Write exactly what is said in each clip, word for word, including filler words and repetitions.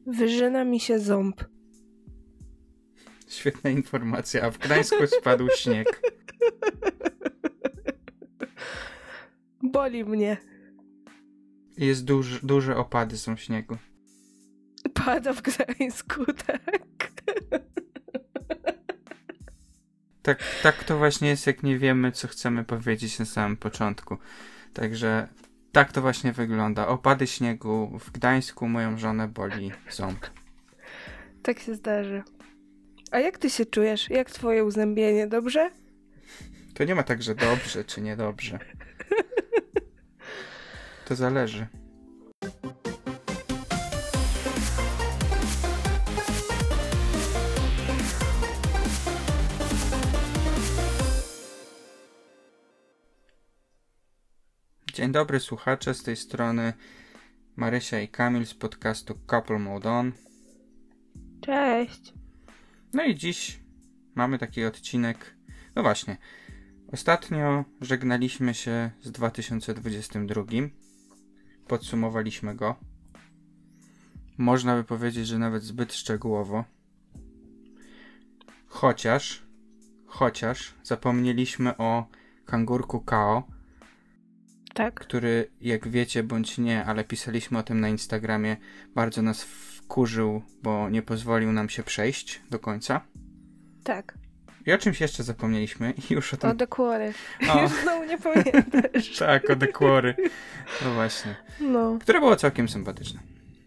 Wyżyna mi się ząb. Świetna informacja, a w Gdańsku spadł śnieg. Boli mnie. Jest duży, duże opady są śniegu. Pada w Gdańsku, tak. Tak, tak to właśnie jest, jak nie wiemy, co chcemy powiedzieć na samym początku. Także tak to właśnie wygląda. Opady śniegu w Gdańsku, moją żonę boli ząb. Tak się zdarzy. A jak ty się czujesz? Jak twoje uzębienie? Dobrze? To nie ma tak, że dobrze czy niedobrze. To zależy. Dzień dobry słuchacze, z tej strony Marysia i Kamil z podcastu Couple Mode On. Cześć. No i dziś mamy taki odcinek, no właśnie, ostatnio żegnaliśmy się z dwa tysiące dwudziestym drugim, podsumowaliśmy go. Można by powiedzieć, że nawet zbyt szczegółowo. Chociaż, chociaż zapomnieliśmy o kangurku Kao, Tak. który, jak wiecie bądź nie, ale pisaliśmy o tym na Instagramie, bardzo nas wkurzył, bo nie pozwolił nam się przejść do końca. Tak. I o czymś jeszcze zapomnieliśmy i już o tym... O dekwory. O. Już znowu nie pamiętasz. Tak, o dekwory. No właśnie. No. Które było całkiem sympatyczne.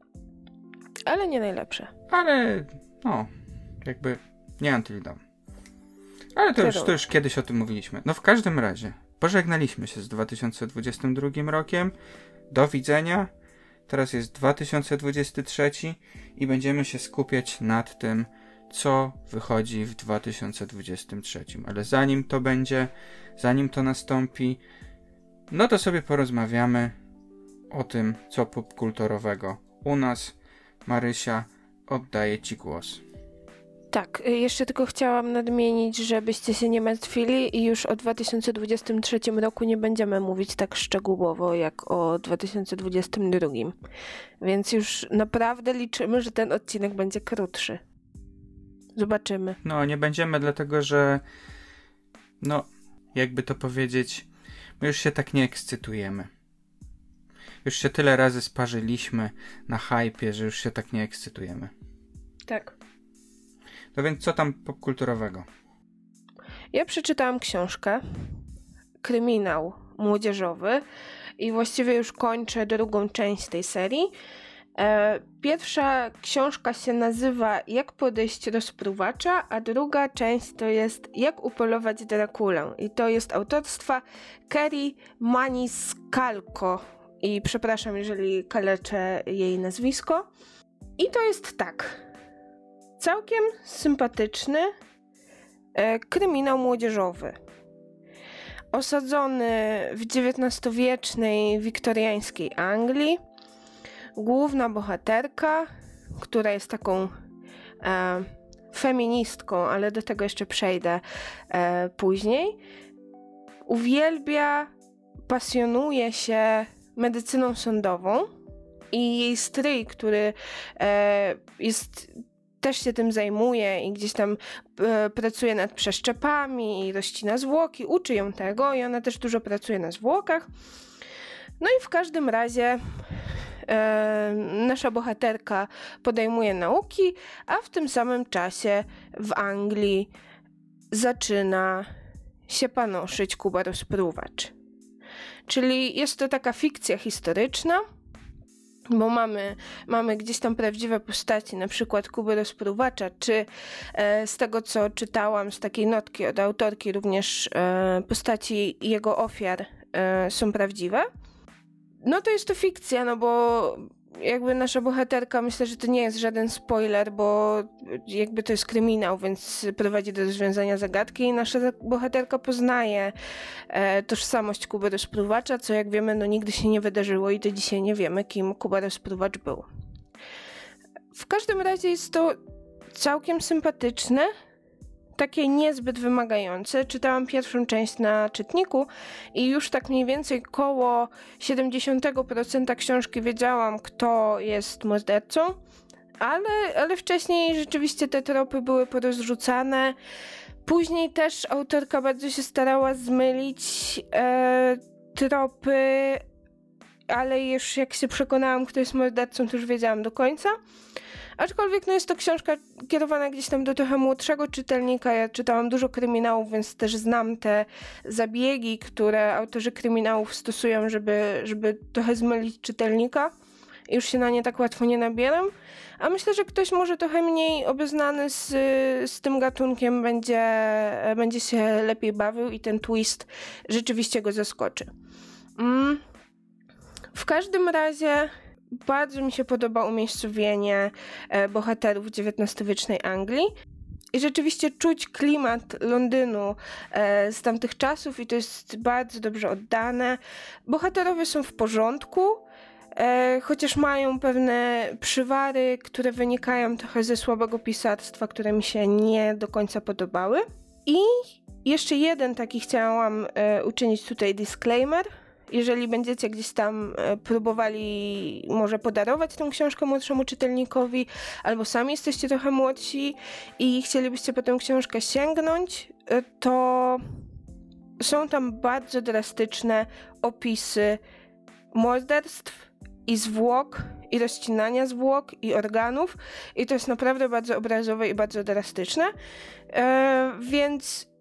Ale nie najlepsze. Ale, no, jakby nie Until Dawn. Ale to już, to już kiedyś o tym mówiliśmy. No w każdym razie, pożegnaliśmy się z dwa tysiące dwudziestym drugim rokiem. Do widzenia. Teraz jest dwa tysiące dwudziesty trzeci i będziemy się skupiać nad tym, co wychodzi w dwa tysiące dwudziestym trzecim. Ale zanim to będzie, zanim to nastąpi, no to sobie porozmawiamy o tym, co popkulturowego u nas. Marysia, oddaję ci głos. Tak, jeszcze tylko chciałam nadmienić, żebyście się nie martwili i już o dwa tysiące dwudziestym trzecim roku nie będziemy mówić tak szczegółowo jak o dwa tysiące dwudziestym drugim. Więc już naprawdę liczymy, że ten odcinek będzie krótszy. Zobaczymy. No, nie będziemy, dlatego że no, jakby to powiedzieć, my już się tak nie ekscytujemy. Już się tyle razy sparzyliśmy na hypie, że już się tak nie ekscytujemy. Tak. No więc co tam popkulturowego? Ja przeczytałam książkę, kryminał młodzieżowy i właściwie już kończę drugą część tej serii. E, pierwsza książka się nazywa Jak podejść do spruwacza, a druga część to jest Jak upolować Drakulę i to jest autorstwa Kerry Maniscalco i przepraszam, jeżeli kaleczę jej nazwisko. I to jest tak, całkiem sympatyczny e, kryminał młodzieżowy. Osadzony w dziewiętnastowiecznej wiktoriańskiej Anglii. Główna bohaterka, która jest taką e, feministką, ale do tego jeszcze przejdę e, później, uwielbia, pasjonuje się medycyną sądową i jej stryj, który e, jest... też się tym zajmuje i gdzieś tam e, pracuje nad przeszczepami i rozcina zwłoki, uczy ją tego i ona też dużo pracuje na zwłokach. No i w każdym razie e, nasza bohaterka podejmuje nauki, a w tym samym czasie w Anglii zaczyna się panoszyć Kuba Rozpruwacz. Czyli jest to taka fikcja historyczna, bo mamy, mamy gdzieś tam prawdziwe postaci, na przykład Kuby Rozpruwacza, czy e, z tego, co czytałam, z takiej notki od autorki, również e, postaci jego ofiar e, są prawdziwe. No to jest to fikcja, no bo jakby nasza bohaterka, myślę, że to nie jest żaden spoiler, bo jakby to jest kryminał, więc prowadzi do rozwiązania zagadki i nasza bohaterka poznaje e, tożsamość Kuby Rozpruwacza, co jak wiemy, no nigdy się nie wydarzyło i do dzisiaj nie wiemy, kim Kuba Rozpruwacz był. W każdym razie jest to całkiem sympatyczne, takie niezbyt wymagające. Czytałam pierwszą część na czytniku i już tak mniej więcej koło siedemdziesiąt procent książki wiedziałam, kto jest mordercą, ale, ale wcześniej rzeczywiście te tropy były porozrzucane. Później też autorka bardzo się starała zmylić e, tropy, ale już jak się przekonałam, kto jest mordercą, to już wiedziałam do końca. Aczkolwiek no jest to książka kierowana gdzieś tam do trochę młodszego czytelnika. Ja czytałam dużo kryminałów, więc też znam te zabiegi, które autorzy kryminałów stosują, żeby, żeby trochę zmylić czytelnika. Już się na nie tak łatwo nie nabieram. A myślę, że ktoś może trochę mniej obeznany z, z tym gatunkiem będzie, będzie się lepiej bawił i ten twist rzeczywiście go zaskoczy. Mm. W każdym razie bardzo mi się podoba umiejscowienie e, bohaterów dziewiętnastowiecznej Anglii. I rzeczywiście czuć klimat Londynu e, z tamtych czasów i to jest bardzo dobrze oddane. Bohaterowie są w porządku, e, chociaż mają pewne przywary, które wynikają trochę ze słabego pisarstwa, które mi się nie do końca podobały. I jeszcze jeden taki chciałam e, uczynić tutaj disclaimer. Jeżeli będziecie gdzieś tam próbowali może podarować tę książkę młodszemu czytelnikowi, albo sami jesteście trochę młodsi i chcielibyście po tę książkę sięgnąć, to są tam bardzo drastyczne opisy morderstw i zwłok, i rozcinania zwłok, i organów. I to jest naprawdę bardzo obrazowe i bardzo drastyczne. E, więc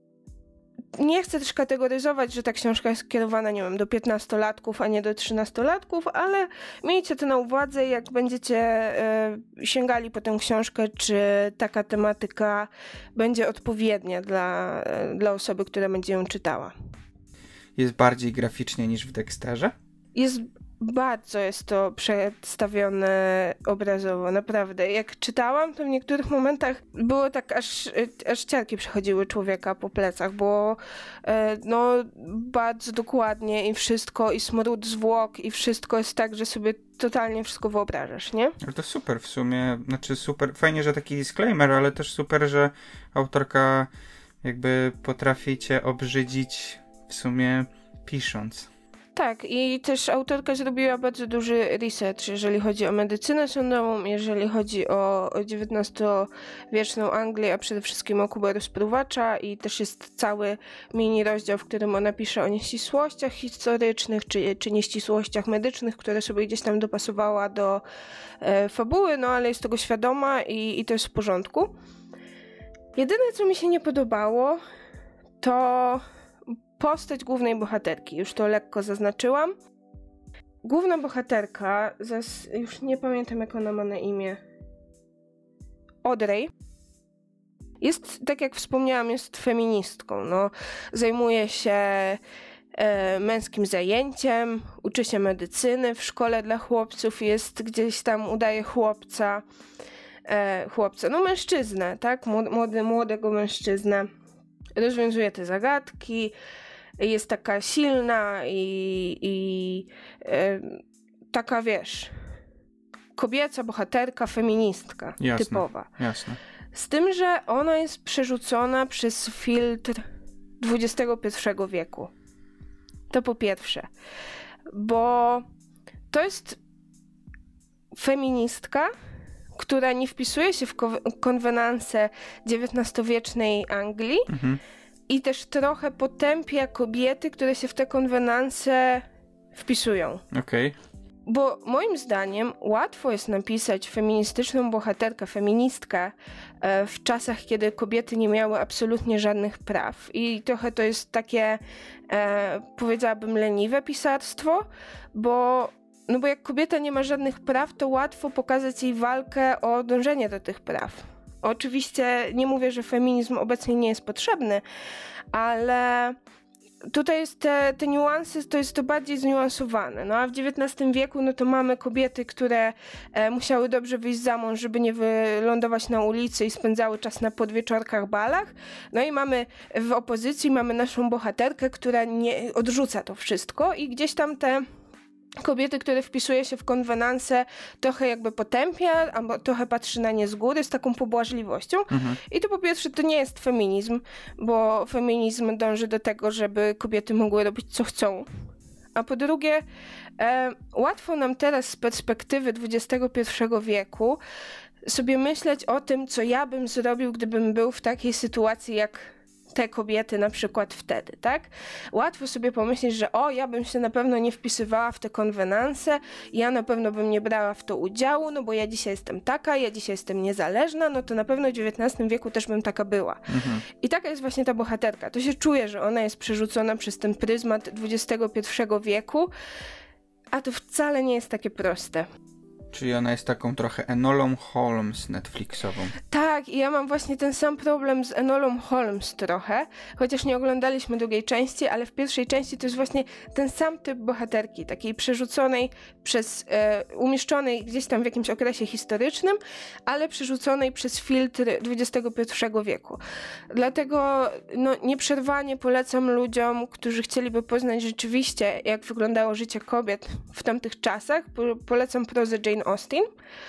nie chcę też kategoryzować, że ta książka jest kierowana, nie wiem, do piętnastolatków, a nie do trzynastolatków, ale miejcie to na uwadze, jak będziecie e, sięgali po tę książkę, czy taka tematyka będzie odpowiednia dla, e, dla osoby, która będzie ją czytała. Jest bardziej graficznie niż w Dexterze? Jest bardzo jest to przedstawione obrazowo, naprawdę. Jak czytałam, to w niektórych momentach było tak, aż, aż ciarki przechodziły człowieka po plecach, bo e, no bardzo dokładnie i wszystko, i smród zwłok, i wszystko jest tak, że sobie totalnie wszystko wyobrażasz, nie? Ale to super w sumie, znaczy super, fajnie, że taki disclaimer, ale też super, że autorka jakby potrafi cię obrzydzić w sumie pisząc. Tak, i też autorka zrobiła bardzo duży research, jeżeli chodzi o medycynę sądową, jeżeli chodzi o, o dziewiętnastowieczną Anglię, a przede wszystkim o Kubę Rozpruwacza, i też jest cały mini rozdział, w którym ona pisze o nieścisłościach historycznych, czy, czy nieścisłościach medycznych, które sobie gdzieś tam dopasowała do e, fabuły, no ale jest tego świadoma i, i to jest w porządku. Jedyne, co mi się nie podobało, to postać głównej bohaterki. Już to lekko zaznaczyłam. Główna bohaterka, zas, już nie pamiętam, jak ona ma na imię, Audrey, jest, tak jak wspomniałam, jest feministką. No, zajmuje się e, męskim zajęciem, uczy się medycyny w szkole dla chłopców, jest gdzieś tam, udaje chłopca, e, chłopca, no mężczyznę, tak? Młody, młodego mężczyznę. Rozwiązuje te zagadki, jest taka silna i, i e, taka, wiesz, kobieca bohaterka, feministka, jasne, typowa. Jasne. Z tym, że ona jest przerzucona przez filtr dwudziestego pierwszego wieku. To po pierwsze. Bo to jest feministka, która nie wpisuje się w konwenanse dziewiętnastowiecznej Anglii, mhm. i też trochę potępia kobiety, które się w te konwenanse wpisują. Okej. Okay. Bo moim zdaniem łatwo jest napisać feministyczną bohaterkę, feministkę e, w czasach, kiedy kobiety nie miały absolutnie żadnych praw. I trochę to jest takie, e, powiedziałabym, leniwe pisarstwo, bo No bo jak kobieta nie ma żadnych praw, to łatwo pokazać jej walkę o dążenie do tych praw. Oczywiście nie mówię, że feminizm obecnie nie jest potrzebny, ale tutaj jest te, te niuanse, to jest to bardziej zniuansowane. No a w dziewiętnastym wieku no to mamy kobiety, które e, musiały dobrze wyjść za mąż, żeby nie wylądować na ulicy i spędzały czas na podwieczorkach, balach. No i mamy w opozycji mamy naszą bohaterkę, która nie odrzuca to wszystko i gdzieś tam te kobiety, które wpisuje się w konwenanse, trochę jakby potępia, albo trochę patrzy na nie z góry z taką pobłażliwością. Mhm. I to po pierwsze to nie jest feminizm, bo feminizm dąży do tego, żeby kobiety mogły robić co chcą. A po drugie, e, łatwo nam teraz z perspektywy dwudziestego pierwszego wieku sobie myśleć o tym, co ja bym zrobił, gdybym był w takiej sytuacji, jak te kobiety na przykład wtedy, tak? Łatwo sobie pomyśleć, że o, ja bym się na pewno nie wpisywała w te konwenanse, ja na pewno bym nie brała w to udziału, no bo ja dzisiaj jestem taka, ja dzisiaj jestem niezależna, no to na pewno w dziewiętnastym wieku też bym taka była. Mhm. I taka jest właśnie ta bohaterka. To się czuje, że ona jest przerzucona przez ten pryzmat dwudziestego pierwszego wieku, a to wcale nie jest takie proste. Czyli ona jest taką trochę Enolą Holmes Netflixową. Tak, i ja mam właśnie ten sam problem z Enolą Holmes trochę, chociaż nie oglądaliśmy drugiej części, ale w pierwszej części to jest właśnie ten sam typ bohaterki, takiej przerzuconej przez, e, umieszczonej gdzieś tam w jakimś okresie historycznym, ale przerzuconej przez filtr dwudziestego pierwszego wieku. Dlatego no, nieprzerwanie polecam ludziom, którzy chcieliby poznać rzeczywiście, jak wyglądało życie kobiet w tamtych czasach, po, polecam prozę Jane Austen,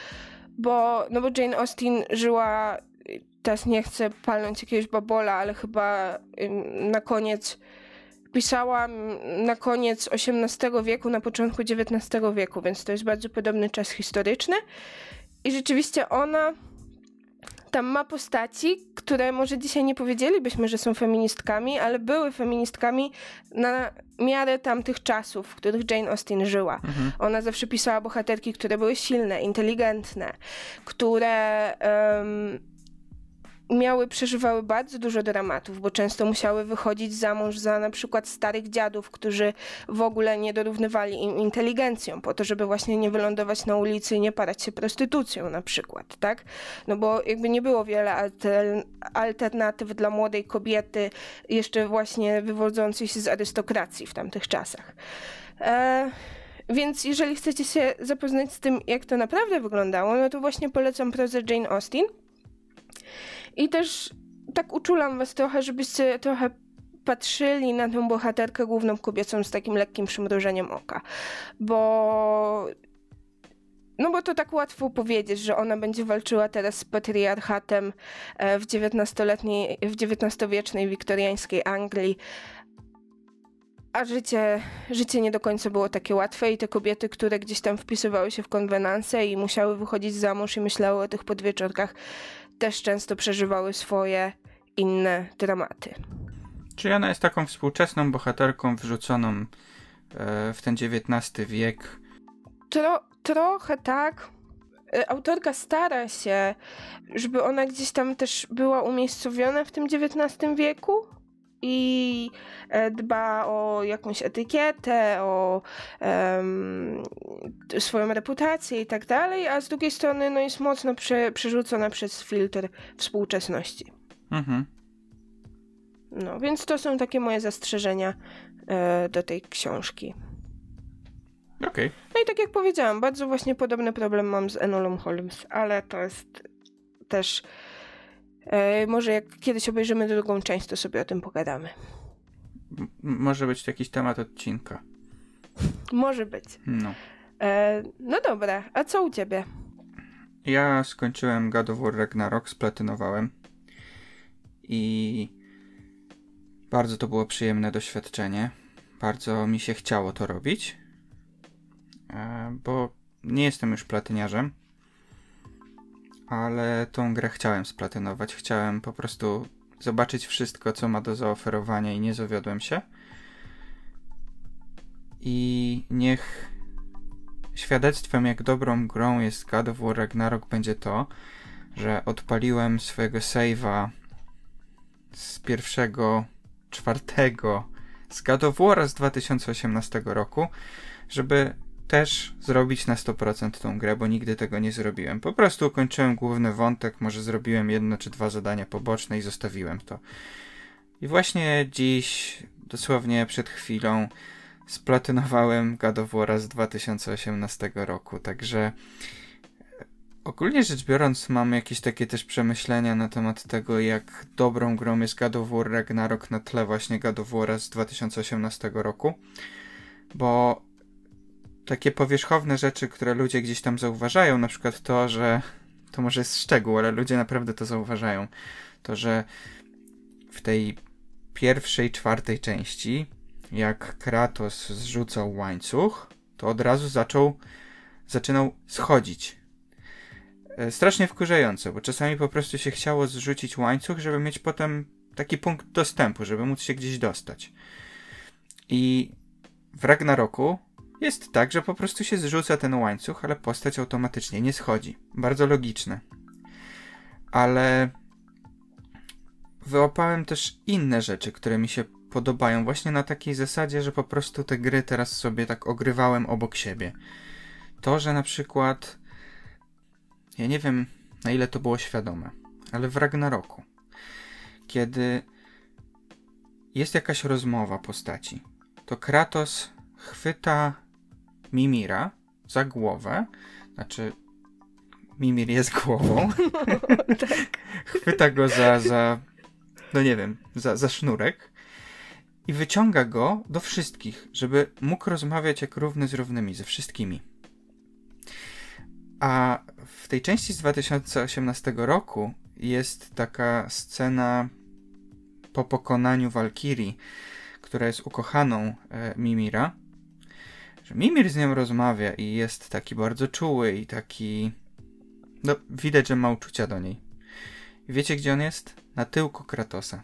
bo, no bo Jane Austen żyła, teraz nie chcę palnąć jakiegoś babola, ale chyba na koniec, pisała na koniec osiemnastego wieku, na początku dziewiętnastego wieku, więc to jest bardzo podobny czas historyczny i rzeczywiście ona tam ma postaci, które może dzisiaj nie powiedzielibyśmy, że są feministkami, ale były feministkami na miarę tamtych czasów, w których Jane Austen żyła. Mhm. Ona zawsze pisała bohaterki, które były silne, inteligentne, które um, miały, przeżywały bardzo dużo dramatów, bo często musiały wychodzić za mąż za na przykład starych dziadów, którzy w ogóle nie dorównywali im inteligencją, po to, żeby właśnie nie wylądować na ulicy i nie parać się prostytucją na przykład, tak? No bo jakby nie było wiele alter, alternatyw dla młodej kobiety, jeszcze właśnie wywodzącej się z arystokracji w tamtych czasach. E- Więc jeżeli chcecie się zapoznać z tym, jak to naprawdę wyglądało, no to właśnie polecam prozę Jane Austen. I też tak uczulam was trochę, żebyście trochę patrzyli na tę bohaterkę główną kobiecą z takim lekkim przymrużeniem oka. Bo... No bo to tak łatwo powiedzieć, że ona będzie walczyła teraz z patriarchatem w dziewiętnastoletniej, w dziewiętnastowiecznej wiktoriańskiej Anglii. A życie, życie nie do końca było takie łatwe i te kobiety, które gdzieś tam wpisywały się w konwenanse i musiały wychodzić za mąż i myślały o tych podwieczorkach, też często przeżywały swoje inne dramaty. Czyli ona jest taką współczesną bohaterką wrzuconą e, w ten dziewiętnasty wiek? Tro, trochę tak. Autorka stara się, żeby ona gdzieś tam też była umiejscowiona w tym dziewiętnastym wieku i dba o jakąś etykietę, o um, swoją reputację i tak dalej, a z drugiej strony no, jest mocno prze, przerzucona przez filtr współczesności. Mhm. No, więc to są takie moje zastrzeżenia e, do tej książki. Okej. Okay. No i tak jak powiedziałam, bardzo właśnie podobny problem mam z Enolą Holmes, ale to jest też e, może jak kiedyś obejrzymy drugą część, to sobie o tym pogadamy. M- może być to jakiś temat odcinka. Może być. No. E, no dobra, a co u ciebie? Ja skończyłem God of War Ragnarok, splatynowałem i bardzo to było przyjemne doświadczenie. Bardzo mi się chciało to robić, e, bo nie jestem już platyniarzem, ale tą grę chciałem splatynować. Chciałem po prostu zobaczyć wszystko, co ma do zaoferowania i nie zawiodłem się. I niech świadectwem, jak dobrą grą jest God of War Ragnarok, będzie to, że odpaliłem swojego save'a z pierwszego, czwartego, z God of War z dwa tysiące osiemnastego roku, żeby też zrobić na sto procent tą grę, bo nigdy tego nie zrobiłem. Po prostu ukończyłem główny wątek, może zrobiłem jedno czy dwa zadania poboczne i zostawiłem to. I właśnie dziś, dosłownie przed chwilą, splatynowałem God of War z dwa tysiące osiemnastego roku, także ogólnie rzecz biorąc mam jakieś takie też przemyślenia na temat tego, jak dobrą grą jest God of War Ragnarok na tle właśnie God of War z dwa tysiące osiemnastego roku, bo takie powierzchowne rzeczy, które ludzie gdzieś tam zauważają, na przykład to, że to może jest szczegół, ale ludzie naprawdę to zauważają, to, że w tej pierwszej, czwartej części, jak Kratos zrzucał łańcuch, to od razu zaczął zaczynał schodzić. strasznie wkurzające, bo czasami po prostu się chciało zrzucić łańcuch, żeby mieć potem taki punkt dostępu, żeby móc się gdzieś dostać. I w Ragnaroku jest tak, że po prostu się zrzuca ten łańcuch, ale postać automatycznie nie schodzi. Bardzo logiczne. Ale wyłapałem też inne rzeczy, które mi się podobają właśnie na takiej zasadzie, że po prostu te gry teraz sobie tak ogrywałem obok siebie. To, że na przykład ja nie wiem, na ile to było świadome, ale w Ragnaroku, kiedy jest jakaś rozmowa postaci, to Kratos chwyta Mimira za głowę, znaczy Mimir jest głową, Tak. chwyta go za, za no nie wiem, za, za sznurek i wyciąga go do wszystkich, żeby mógł rozmawiać jak równy z równymi, ze wszystkimi. A w tej części z dwa tysiące osiemnastego roku jest taka scena po pokonaniu Walkirii, która jest ukochaną e, Mimira, że Mimir z nią rozmawia i jest taki bardzo czuły i taki... No, widać, że ma uczucia do niej. I wiecie, gdzie on jest? Na tyłku Kratosa.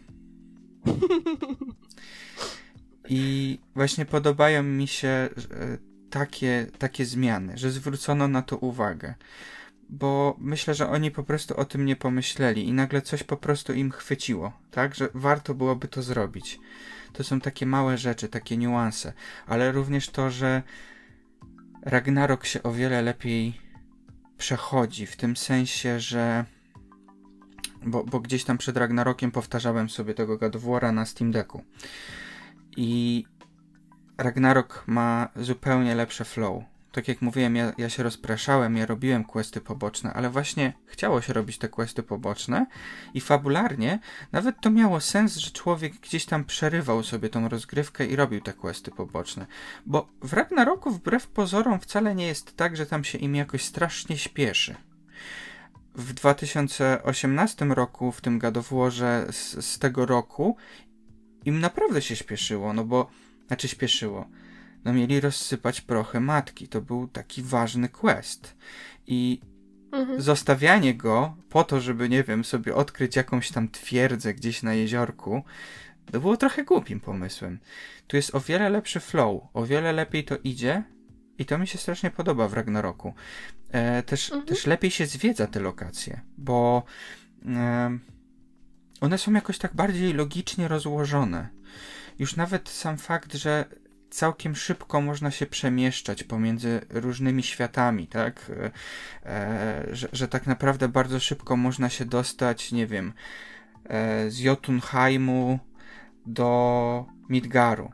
I właśnie podobają mi się e, takie, takie zmiany, że zwrócono na to uwagę. Bo myślę, że oni po prostu o tym nie pomyśleli i nagle coś po prostu im chwyciło, tak? Że warto byłoby to zrobić. To są takie małe rzeczy, takie niuanse, ale również to, że Ragnarok się o wiele lepiej przechodzi, w tym sensie, że bo, bo gdzieś tam przed Ragnarokiem powtarzałem sobie tego God of War'a na Steam Decku i Ragnarok ma zupełnie lepsze flow. Tak jak mówiłem, ja, ja się rozpraszałem, ja robiłem questy poboczne, ale właśnie chciało się robić te questy poboczne i fabularnie nawet to miało sens, że człowiek gdzieś tam przerywał sobie tą rozgrywkę i robił te questy poboczne. Bo w Ragnaroku wbrew pozorom wcale nie jest tak, że tam się im jakoś strasznie śpieszy. W dwa tysiące osiemnastym roku, w tym God of Warze z, z tego roku, im naprawdę się śpieszyło, no bo, znaczy śpieszyło. No mieli rozsypać prochy matki. To był taki ważny quest. I mhm. zostawianie go po to, żeby, nie wiem, sobie odkryć jakąś tam twierdzę gdzieś na jeziorku, to było trochę głupim pomysłem. Tu jest o wiele lepszy flow, o wiele lepiej to idzie i to mi się strasznie podoba w Ragnaroku. E, też, mhm. też lepiej się zwiedza te lokacje, bo e, one są jakoś tak bardziej logicznie rozłożone. Już nawet sam fakt, że całkiem szybko można się przemieszczać pomiędzy różnymi światami, tak? E, że, że tak naprawdę bardzo szybko można się dostać, nie wiem, e, z Jotunheimu do Midgaru.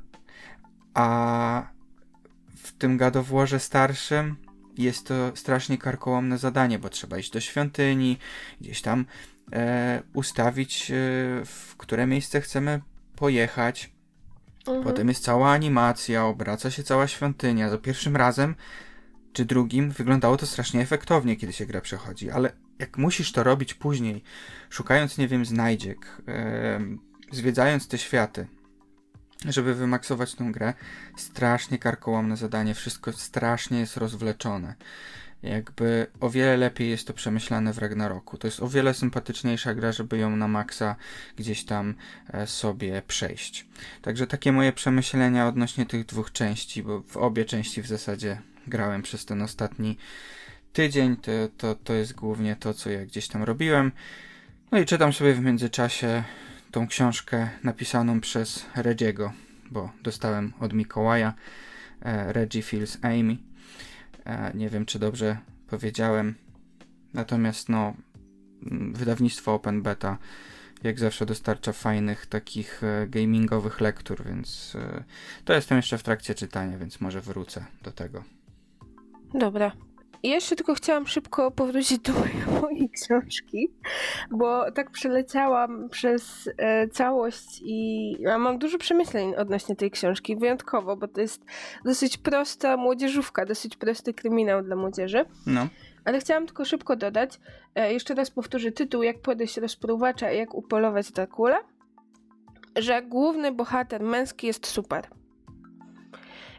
A w tym God of Warze starszym jest to strasznie karkołomne zadanie, bo trzeba iść do świątyni, gdzieś tam e, ustawić, e, w które miejsce chcemy pojechać. Mhm. Potem jest cała animacja, obraca się cała świątynia. Za pierwszym razem czy drugim wyglądało to strasznie efektownie, kiedy się gra przechodzi, ale jak musisz to robić później, szukając, nie wiem, znajdziek, yy, zwiedzając te światy, żeby wymaksować tę grę, strasznie karkołomne zadanie, wszystko strasznie jest rozwleczone. Jakby o wiele lepiej jest to przemyślane w Ragnaroku. To jest o wiele sympatyczniejsza gra, żeby ją na maksa gdzieś tam e, sobie przejść. Także takie moje przemyślenia odnośnie tych dwóch części, bo w obie części w zasadzie grałem przez ten ostatni tydzień. To, to, to jest głównie to, co ja gdzieś tam robiłem. No i czytam sobie w międzyczasie tą książkę napisaną przez Reggie'ego, bo dostałem od Mikołaja e, Reggie Feels Amy. Nie wiem, czy dobrze powiedziałem. Natomiast no, wydawnictwo Open Beta jak zawsze dostarcza fajnych takich gamingowych lektur, więc to jestem jeszcze w trakcie czytania, więc może wrócę do tego. Dobra. Ja jeszcze tylko chciałam szybko powrócić do mojej, mojej książki, bo tak przeleciałam przez e, całość i ja mam dużo przemyśleń odnośnie tej książki, wyjątkowo, bo to jest dosyć prosta młodzieżówka, dosyć prosty kryminał dla młodzieży. No. Ale chciałam tylko szybko dodać, e, jeszcze raz powtórzę tytuł, jak podejść rozpruwacza i jak upolować Drakulę, że główny bohater męski jest super.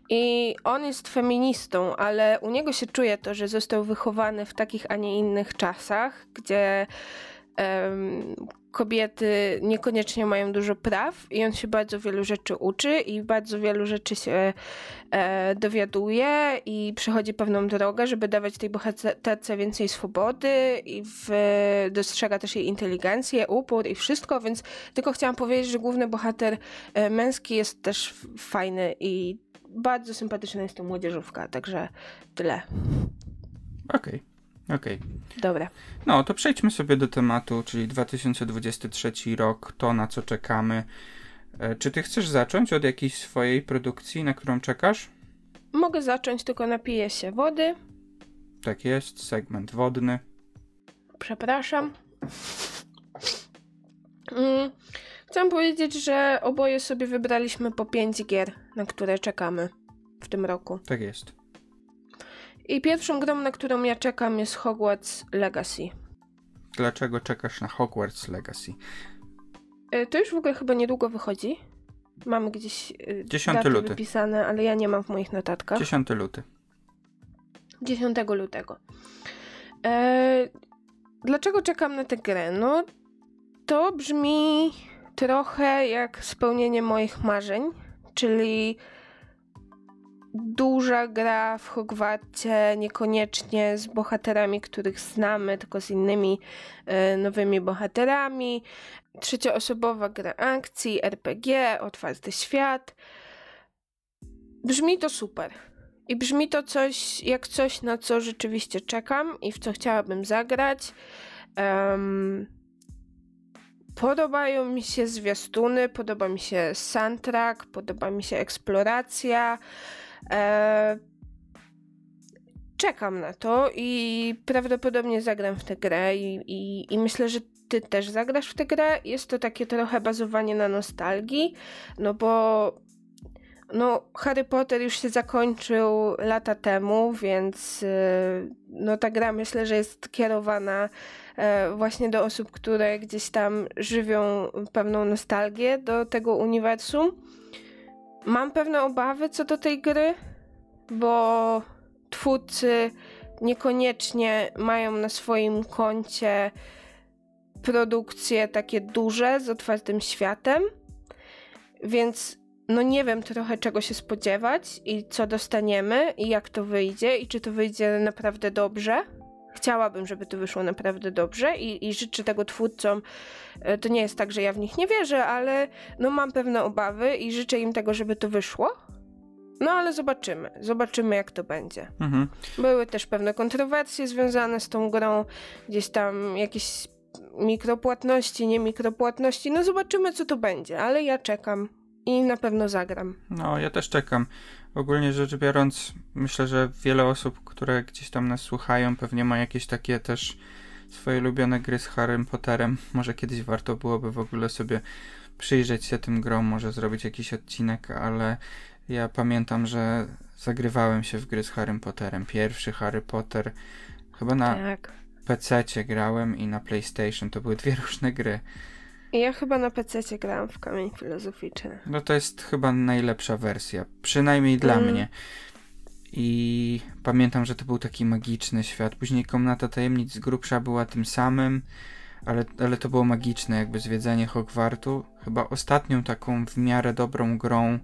I on jest feministą, ale u niego się czuje to, że został wychowany w takich, a nie innych czasach, gdzie um, kobiety niekoniecznie mają dużo praw i on się bardzo wielu rzeczy uczy i bardzo wielu rzeczy się e, dowiaduje i przechodzi pewną drogę, żeby dawać tej bohaterce więcej swobody i w, dostrzega też jej inteligencję, upór i wszystko, więc tylko chciałam powiedzieć, że główny bohater e, męski jest też fajny i bardzo sympatyczna jest to młodzieżówka, także tyle. Okej. Okay. Okej. Okay. Dobra. No, to przejdźmy sobie do tematu, czyli dwa tysiące dwudziesty trzeci rok, to na co czekamy. E, czy ty chcesz zacząć od jakiejś swojej produkcji, na którą czekasz? Mogę zacząć, tylko napiję się wody. Tak jest, segment wodny. Przepraszam. Mm, chcę powiedzieć, że oboje sobie wybraliśmy po pięć gier, na które czekamy w tym roku. Tak jest. I pierwszą grą, na którą ja czekam, jest Hogwarts Legacy. Dlaczego czekasz na Hogwarts Legacy? To już w ogóle chyba niedługo wychodzi. Mam gdzieś dziesiątego lutego wypisane, ale ja nie mam w moich notatkach. dziesiątego lutego. dziesiątego lutego. E, dlaczego czekam na tę grę? No, to brzmi trochę jak spełnienie moich marzeń, czyli duża gra w Hogwarcie, niekoniecznie z bohaterami, których znamy, tylko z innymi e, nowymi bohaterami. Trzecioosobowa gra akcji, er pe gie, otwarty świat. Brzmi to super. I brzmi to coś, jak coś, na co rzeczywiście czekam i w co chciałabym zagrać. Um, podobają mi się zwiastuny, podoba mi się soundtrack, podoba mi się eksploracja. E, czekam na to i prawdopodobnie zagram w tę grę i, i, i myślę, że ty też zagrasz w tę grę. Jest to takie trochę bazowanie na nostalgii, no bo no, Harry Potter już się zakończył lata temu, więc no, ta gra myślę, że jest kierowana właśnie do osób, które gdzieś tam żywią pewną nostalgię do tego uniwersum. Mam pewne obawy co do tej gry, bo twórcy niekoniecznie mają na swoim koncie produkcje takie duże z otwartym światem, więc no nie wiem trochę czego się spodziewać i co dostaniemy i jak to wyjdzie i czy to wyjdzie naprawdę dobrze. Chciałabym, żeby to wyszło naprawdę dobrze i, i życzę tego twórcom. To nie jest tak, że ja w nich nie wierzę, ale no mam pewne obawy i życzę im tego, żeby to wyszło. No ale zobaczymy. Zobaczymy jak to będzie. Mhm. Były też pewne kontrowersje związane z tą grą. Gdzieś tam jakieś mikropłatności, nie mikropłatności. No zobaczymy co to będzie, ale ja czekam. I na pewno zagram. No, ja też czekam. Ogólnie rzecz biorąc, myślę, że wiele osób, które gdzieś tam nas słuchają, pewnie ma jakieś takie też swoje ulubione gry z Harrym Potterem. Może kiedyś warto byłoby w ogóle sobie przyjrzeć się tym grom, może zrobić jakiś odcinek, ale ja pamiętam, że zagrywałem się w gry z Harrym Potterem. Pierwszy Harry Potter chyba na tak. pececie grałem i na PlayStation. To były dwie różne gry. Ja chyba na pececie grałam w Kamień Filozoficzny. No to jest chyba najlepsza wersja, przynajmniej dla mm. mnie. I pamiętam, że to był taki magiczny świat. Później Komnata Tajemnic z grubsza była tym samym, ale, ale to było magiczne, jakby zwiedzanie Hogwartu. Chyba ostatnią taką w miarę dobrą grą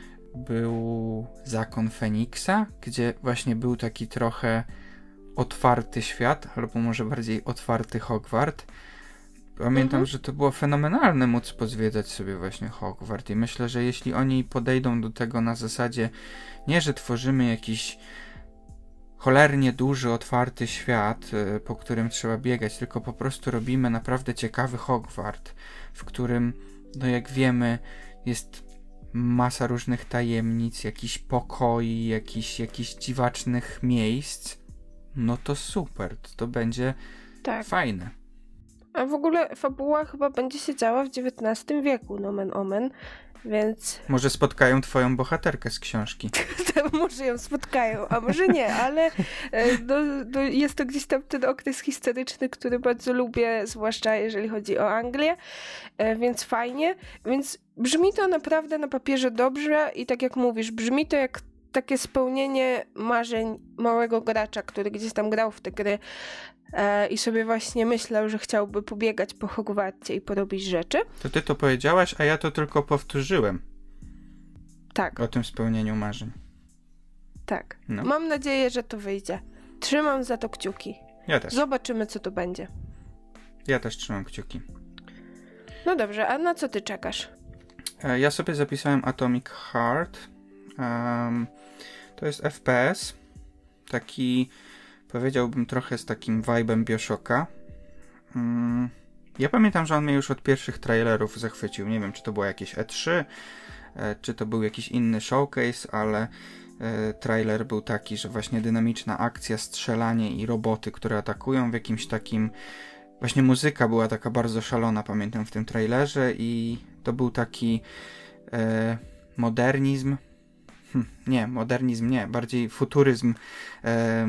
był Zakon Feniksa, gdzie właśnie był taki trochę otwarty świat, albo może bardziej otwarty Hogwart. Pamiętam, mhm. że to było fenomenalne móc pozwiedzać sobie właśnie Hogwart i myślę, że jeśli oni podejdą do tego na zasadzie nie, że tworzymy jakiś cholernie duży, otwarty świat, po którym trzeba biegać, tylko po prostu robimy naprawdę ciekawy Hogwart, w którym, no jak wiemy, jest masa różnych tajemnic, jakichś pokoi, jakichś, jakichś dziwacznych miejsc, no to super, to, to będzie tak. fajne. A w ogóle fabuła chyba będzie się działa w dziewiętnastym wieku, nomen omen, więc... Może spotkają twoją bohaterkę z książki. Może ją spotkają, a może nie, ale no, no jest to gdzieś tam ten okres historyczny, który bardzo lubię, zwłaszcza jeżeli chodzi o Anglię, więc fajnie. Więc brzmi to naprawdę na papierze dobrze i tak jak mówisz, brzmi to jak takie spełnienie marzeń małego gracza, który gdzieś tam grał w te gry e, i sobie właśnie myślał, że chciałby pobiegać po Hogwarcie i porobić rzeczy. To ty to powiedziałaś, a ja to tylko powtórzyłem. Tak. O tym spełnieniu marzeń. Tak. No. Mam nadzieję, że to wyjdzie. Trzymam za to kciuki. Ja też. Zobaczymy, co to będzie. Ja też trzymam kciuki. No dobrze, a na co ty czekasz? E, ja sobie zapisałem Atomic Heart. Um, to jest F P S. Taki, powiedziałbym, trochę z takim vibe'em Bioshocka. Um, ja pamiętam, że on mnie już od pierwszych trailerów zachwycił. Nie wiem, czy to było jakieś E trzy, e, czy to był jakiś inny showcase, ale e, trailer był taki, że właśnie dynamiczna akcja, strzelanie i roboty, które atakują w jakimś takim... Właśnie muzyka była taka bardzo szalona, pamiętam, w tym trailerze i to był taki e, modernizm. Hm, nie, modernizm nie, bardziej futuryzm, e,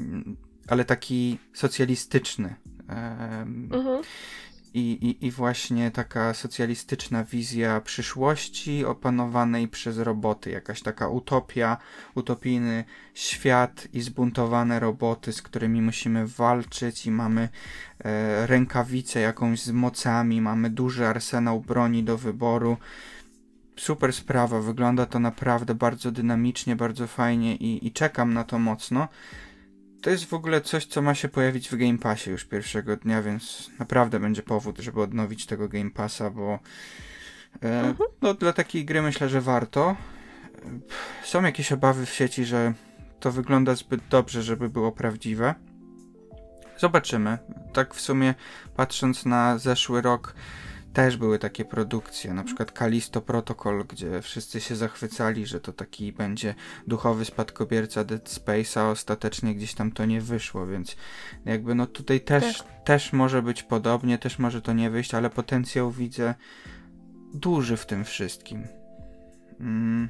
ale taki socjalistyczny. E, Mhm. i, i, I właśnie taka socjalistyczna wizja przyszłości opanowanej przez roboty. Jakaś taka utopia, utopijny świat i zbuntowane roboty, z którymi musimy walczyć i mamy e, rękawicę jakąś z mocami, mamy duży arsenał broni do wyboru. Super sprawa, wygląda to naprawdę bardzo dynamicznie, bardzo fajnie i, i czekam na to mocno. To jest w ogóle coś, co ma się pojawić w Game Passie już pierwszego dnia, więc naprawdę będzie powód, żeby odnowić tego Game Passa, bo e, mhm. no, dla takiej gry myślę, że warto. Są jakieś obawy w sieci, że to wygląda zbyt dobrze, żeby było prawdziwe. Zobaczymy. Tak w sumie patrząc na zeszły rok, też były takie produkcje, na przykład Callisto Protocol, gdzie wszyscy się zachwycali, że to taki będzie duchowy spadkobierca Dead Space'a, a ostatecznie gdzieś tam to nie wyszło, więc jakby no tutaj też, tak. też może być podobnie, też może to nie wyjść, ale potencjał widzę duży w tym wszystkim. Hmm.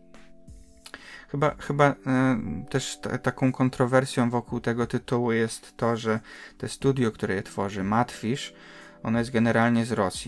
Chyba, chyba e, też t- taką kontrowersją wokół tego tytułu jest to, że te studio, które je tworzy, Madfish, ono jest generalnie z Rosji.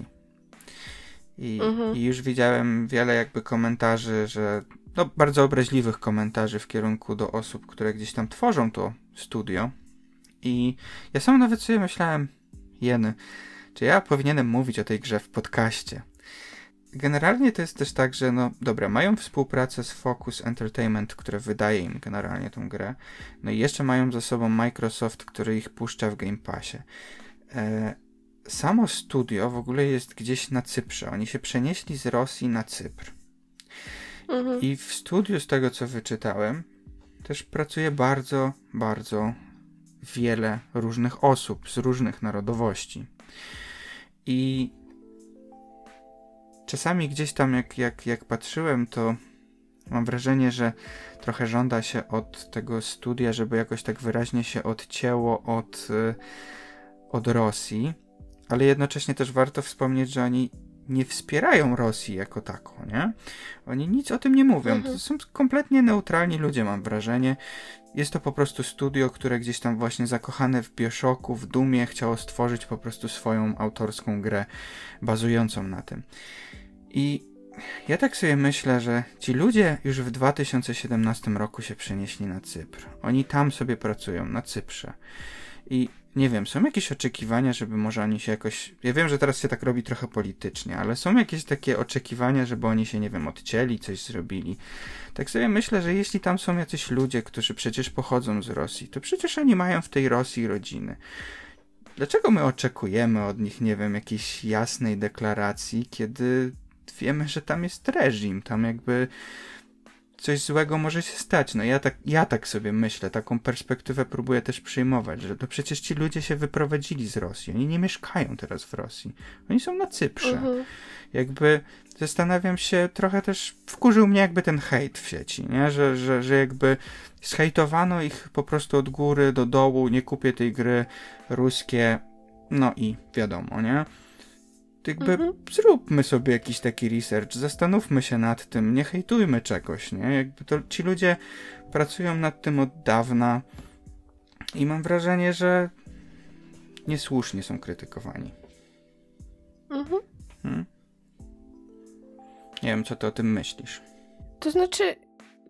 I, mhm. I już widziałem wiele jakby komentarzy, że no bardzo obraźliwych komentarzy w kierunku do osób, które gdzieś tam tworzą to studio. I ja sam nawet sobie myślałem, jeny, czy ja powinienem mówić o tej grze w podcaście. Generalnie to jest też tak, że no dobra, mają współpracę z Focus Entertainment, które wydaje im generalnie tą grę. No i jeszcze mają za sobą Microsoft, który ich puszcza w Game Passie. E, samo studio w ogóle jest gdzieś na Cyprze. Oni się przenieśli z Rosji na Cypr. Mhm. I w studiu, z tego co wyczytałem, też pracuje bardzo, bardzo wiele różnych osób z różnych narodowości. I czasami gdzieś tam jak, jak, jak patrzyłem, to mam wrażenie, że trochę żąda się od tego studia, żeby jakoś tak wyraźnie się odcięło od, od Rosji, ale jednocześnie też warto wspomnieć, że oni nie wspierają Rosji jako taką, nie? Oni nic o tym nie mówią. Mhm. To są kompletnie neutralni ludzie, mam wrażenie. Jest to po prostu studio, które gdzieś tam właśnie zakochane w Bioshocku, w Dumie chciało stworzyć po prostu swoją autorską grę bazującą na tym. I ja tak sobie myślę, że ci ludzie już w dwa tysiące siedemnastym roku się przenieśli na Cypr. Oni tam sobie pracują, na Cyprze. I nie wiem, są jakieś oczekiwania, żeby może oni się jakoś... Ja wiem, że teraz się tak robi trochę politycznie, ale są jakieś takie oczekiwania, żeby oni się, nie wiem, odcięli, coś zrobili. Tak sobie myślę, że jeśli tam są jacyś ludzie, którzy przecież pochodzą z Rosji, to przecież oni mają w tej Rosji rodziny. Dlaczego my oczekujemy od nich, nie wiem, jakiejś jasnej deklaracji, kiedy wiemy, że tam jest reżim, tam jakby coś złego może się stać. No ja tak, ja tak sobie myślę, taką perspektywę próbuję też przyjmować, że to przecież ci ludzie się wyprowadzili z Rosji, oni nie mieszkają teraz w Rosji, oni są na Cyprze. Mhm. Jakby zastanawiam się, trochę też wkurzył mnie jakby ten hejt w sieci, nie? Że, że, że jakby zhejtowano ich po prostu od góry do dołu, nie kupię tej gry, ruskie, no i wiadomo, nie? Jakby mhm. zróbmy sobie jakiś taki research, zastanówmy się nad tym, nie hejtujmy czegoś, nie? Jakby to ci ludzie pracują nad tym od dawna i mam wrażenie, że niesłusznie są krytykowani. Mhm. Hmm? Nie wiem, co ty o tym myślisz. To znaczy,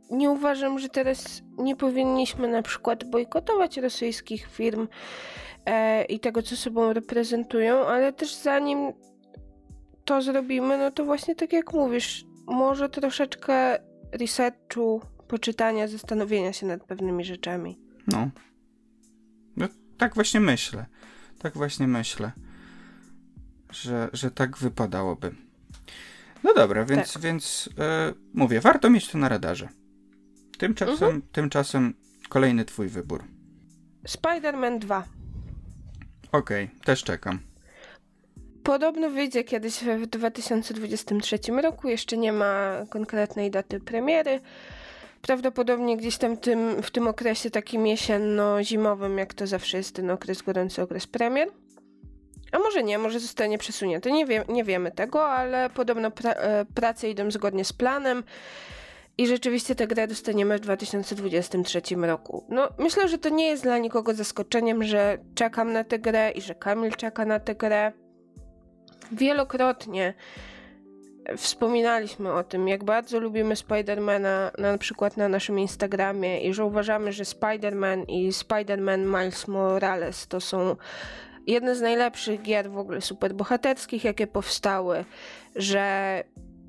nie uważam, że teraz nie powinniśmy na przykład bojkotować rosyjskich firm e, i tego, co sobą reprezentują, ale też zanim to zrobimy, no to właśnie tak jak mówisz, może troszeczkę researchu, poczytania, zastanowienia się nad pewnymi rzeczami. No. no tak właśnie myślę. Tak właśnie myślę, że, że tak wypadałoby. No dobra, więc, tak. więc yy, mówię, warto mieć to na radarze. Tymczasem, mhm. tymczasem kolejny twój wybór. Spider-Man dwa. Okej, okay, też czekam. Podobno wyjdzie kiedyś w dwa tysiące dwudziestym trzecim roku. Jeszcze nie ma konkretnej daty premiery. Prawdopodobnie gdzieś tam tym, w tym okresie takim jesienno-zimowym, jak to zawsze jest ten okres, gorący okres premier. A może nie, może zostanie przesunięty. Nie, wie, nie wiemy tego, ale podobno pra- prace idą zgodnie z planem i rzeczywiście tę grę dostaniemy w dwa tysiące dwudziestym trzecim roku. No, myślę, że to nie jest dla nikogo zaskoczeniem, że czekam na tę grę i że Kamil czeka na tę grę. Wielokrotnie wspominaliśmy o tym, jak bardzo lubimy Spidermana, na przykład na naszym Instagramie, i że uważamy, że Spider-Man i Spider-Man Miles Morales to są jedne z najlepszych gier w ogóle superbohaterskich, jakie powstały, że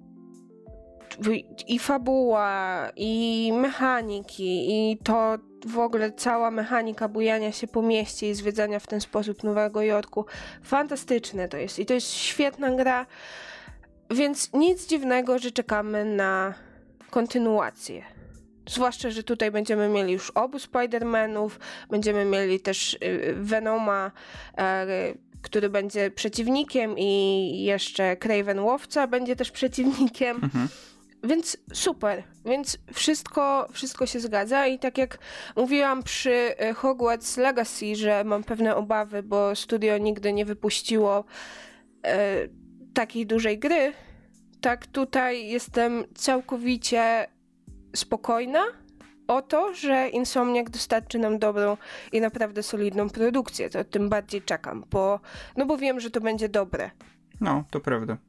i fabuła, i mechaniki, i to w ogóle cała mechanika bujania się po mieście i zwiedzania w ten sposób Nowego Jorku, fantastyczne to jest i to jest świetna gra, więc nic dziwnego, że czekamy na kontynuację. Zwłaszcza, że tutaj będziemy mieli już obu Spider-Manów, będziemy mieli też Venoma, który będzie przeciwnikiem, i jeszcze Kraven Łowca będzie też przeciwnikiem. Mhm. Więc super, więc wszystko, wszystko się zgadza i tak jak mówiłam przy Hogwarts Legacy, że mam pewne obawy, bo studio nigdy nie wypuściło e, takiej dużej gry, tak tutaj jestem całkowicie spokojna o to, że Insomniac dostarczy nam dobrą i naprawdę solidną produkcję. To tym bardziej czekam, bo, no bo wiem, że to będzie dobre. No, to prawda.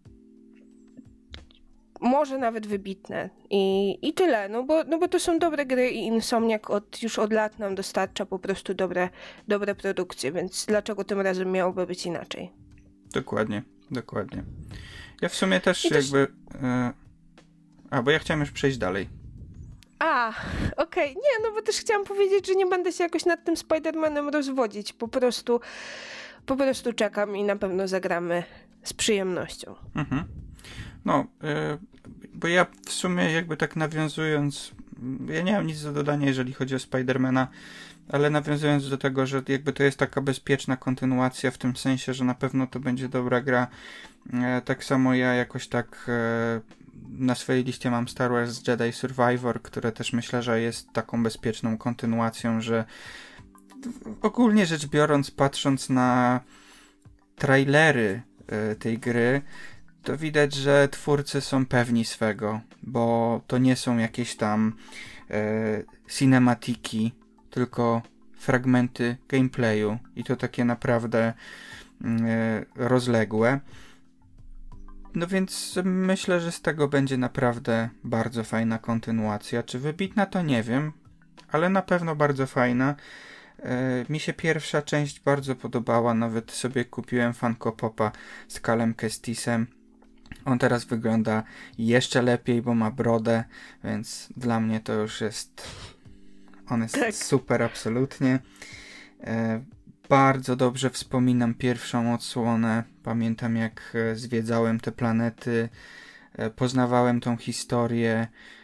Może nawet wybitne. I, i tyle, no bo, no bo to są dobre gry i Insomniac od, już od lat nam dostarcza po prostu dobre, dobre produkcje, więc dlaczego tym razem miałoby być inaczej? Dokładnie, dokładnie. Ja w sumie też I jakby... Też... Yy... A, bo ja chciałem już przejść dalej. A, okej. Okay. Nie, no bo też chciałam powiedzieć, że nie będę się jakoś nad tym Spider-Manem rozwodzić. Po prostu, po prostu czekam i na pewno zagramy z przyjemnością. Mhm. No, yy, bo ja w sumie jakby tak nawiązując, ja nie mam nic do dodania, jeżeli chodzi o Spidermana, ale nawiązując do tego, że jakby to jest taka bezpieczna kontynuacja w tym sensie, że na pewno to będzie dobra gra. Yy, tak samo ja jakoś tak yy, na swojej liście mam Star Wars Jedi Survivor, które też myślę, że jest taką bezpieczną kontynuacją, że ogólnie rzecz biorąc, patrząc na trailery yy, tej gry, to widać, że twórcy są pewni swego, bo to nie są jakieś tam e, cinematiki, tylko fragmenty gameplayu i to takie naprawdę e, rozległe. No więc myślę, że z tego będzie naprawdę bardzo fajna kontynuacja. Czy wybitna, to nie wiem, ale na pewno bardzo fajna. E, mi się pierwsza część bardzo podobała, nawet sobie kupiłem Funko Popa z Calem Kestisem. On teraz wygląda jeszcze lepiej, bo ma brodę, więc dla mnie to już jest... On jest tak. Super, absolutnie. E, bardzo dobrze wspominam pierwszą odsłonę. Pamiętam, jak zwiedzałem te planety, e, poznawałem tą historię.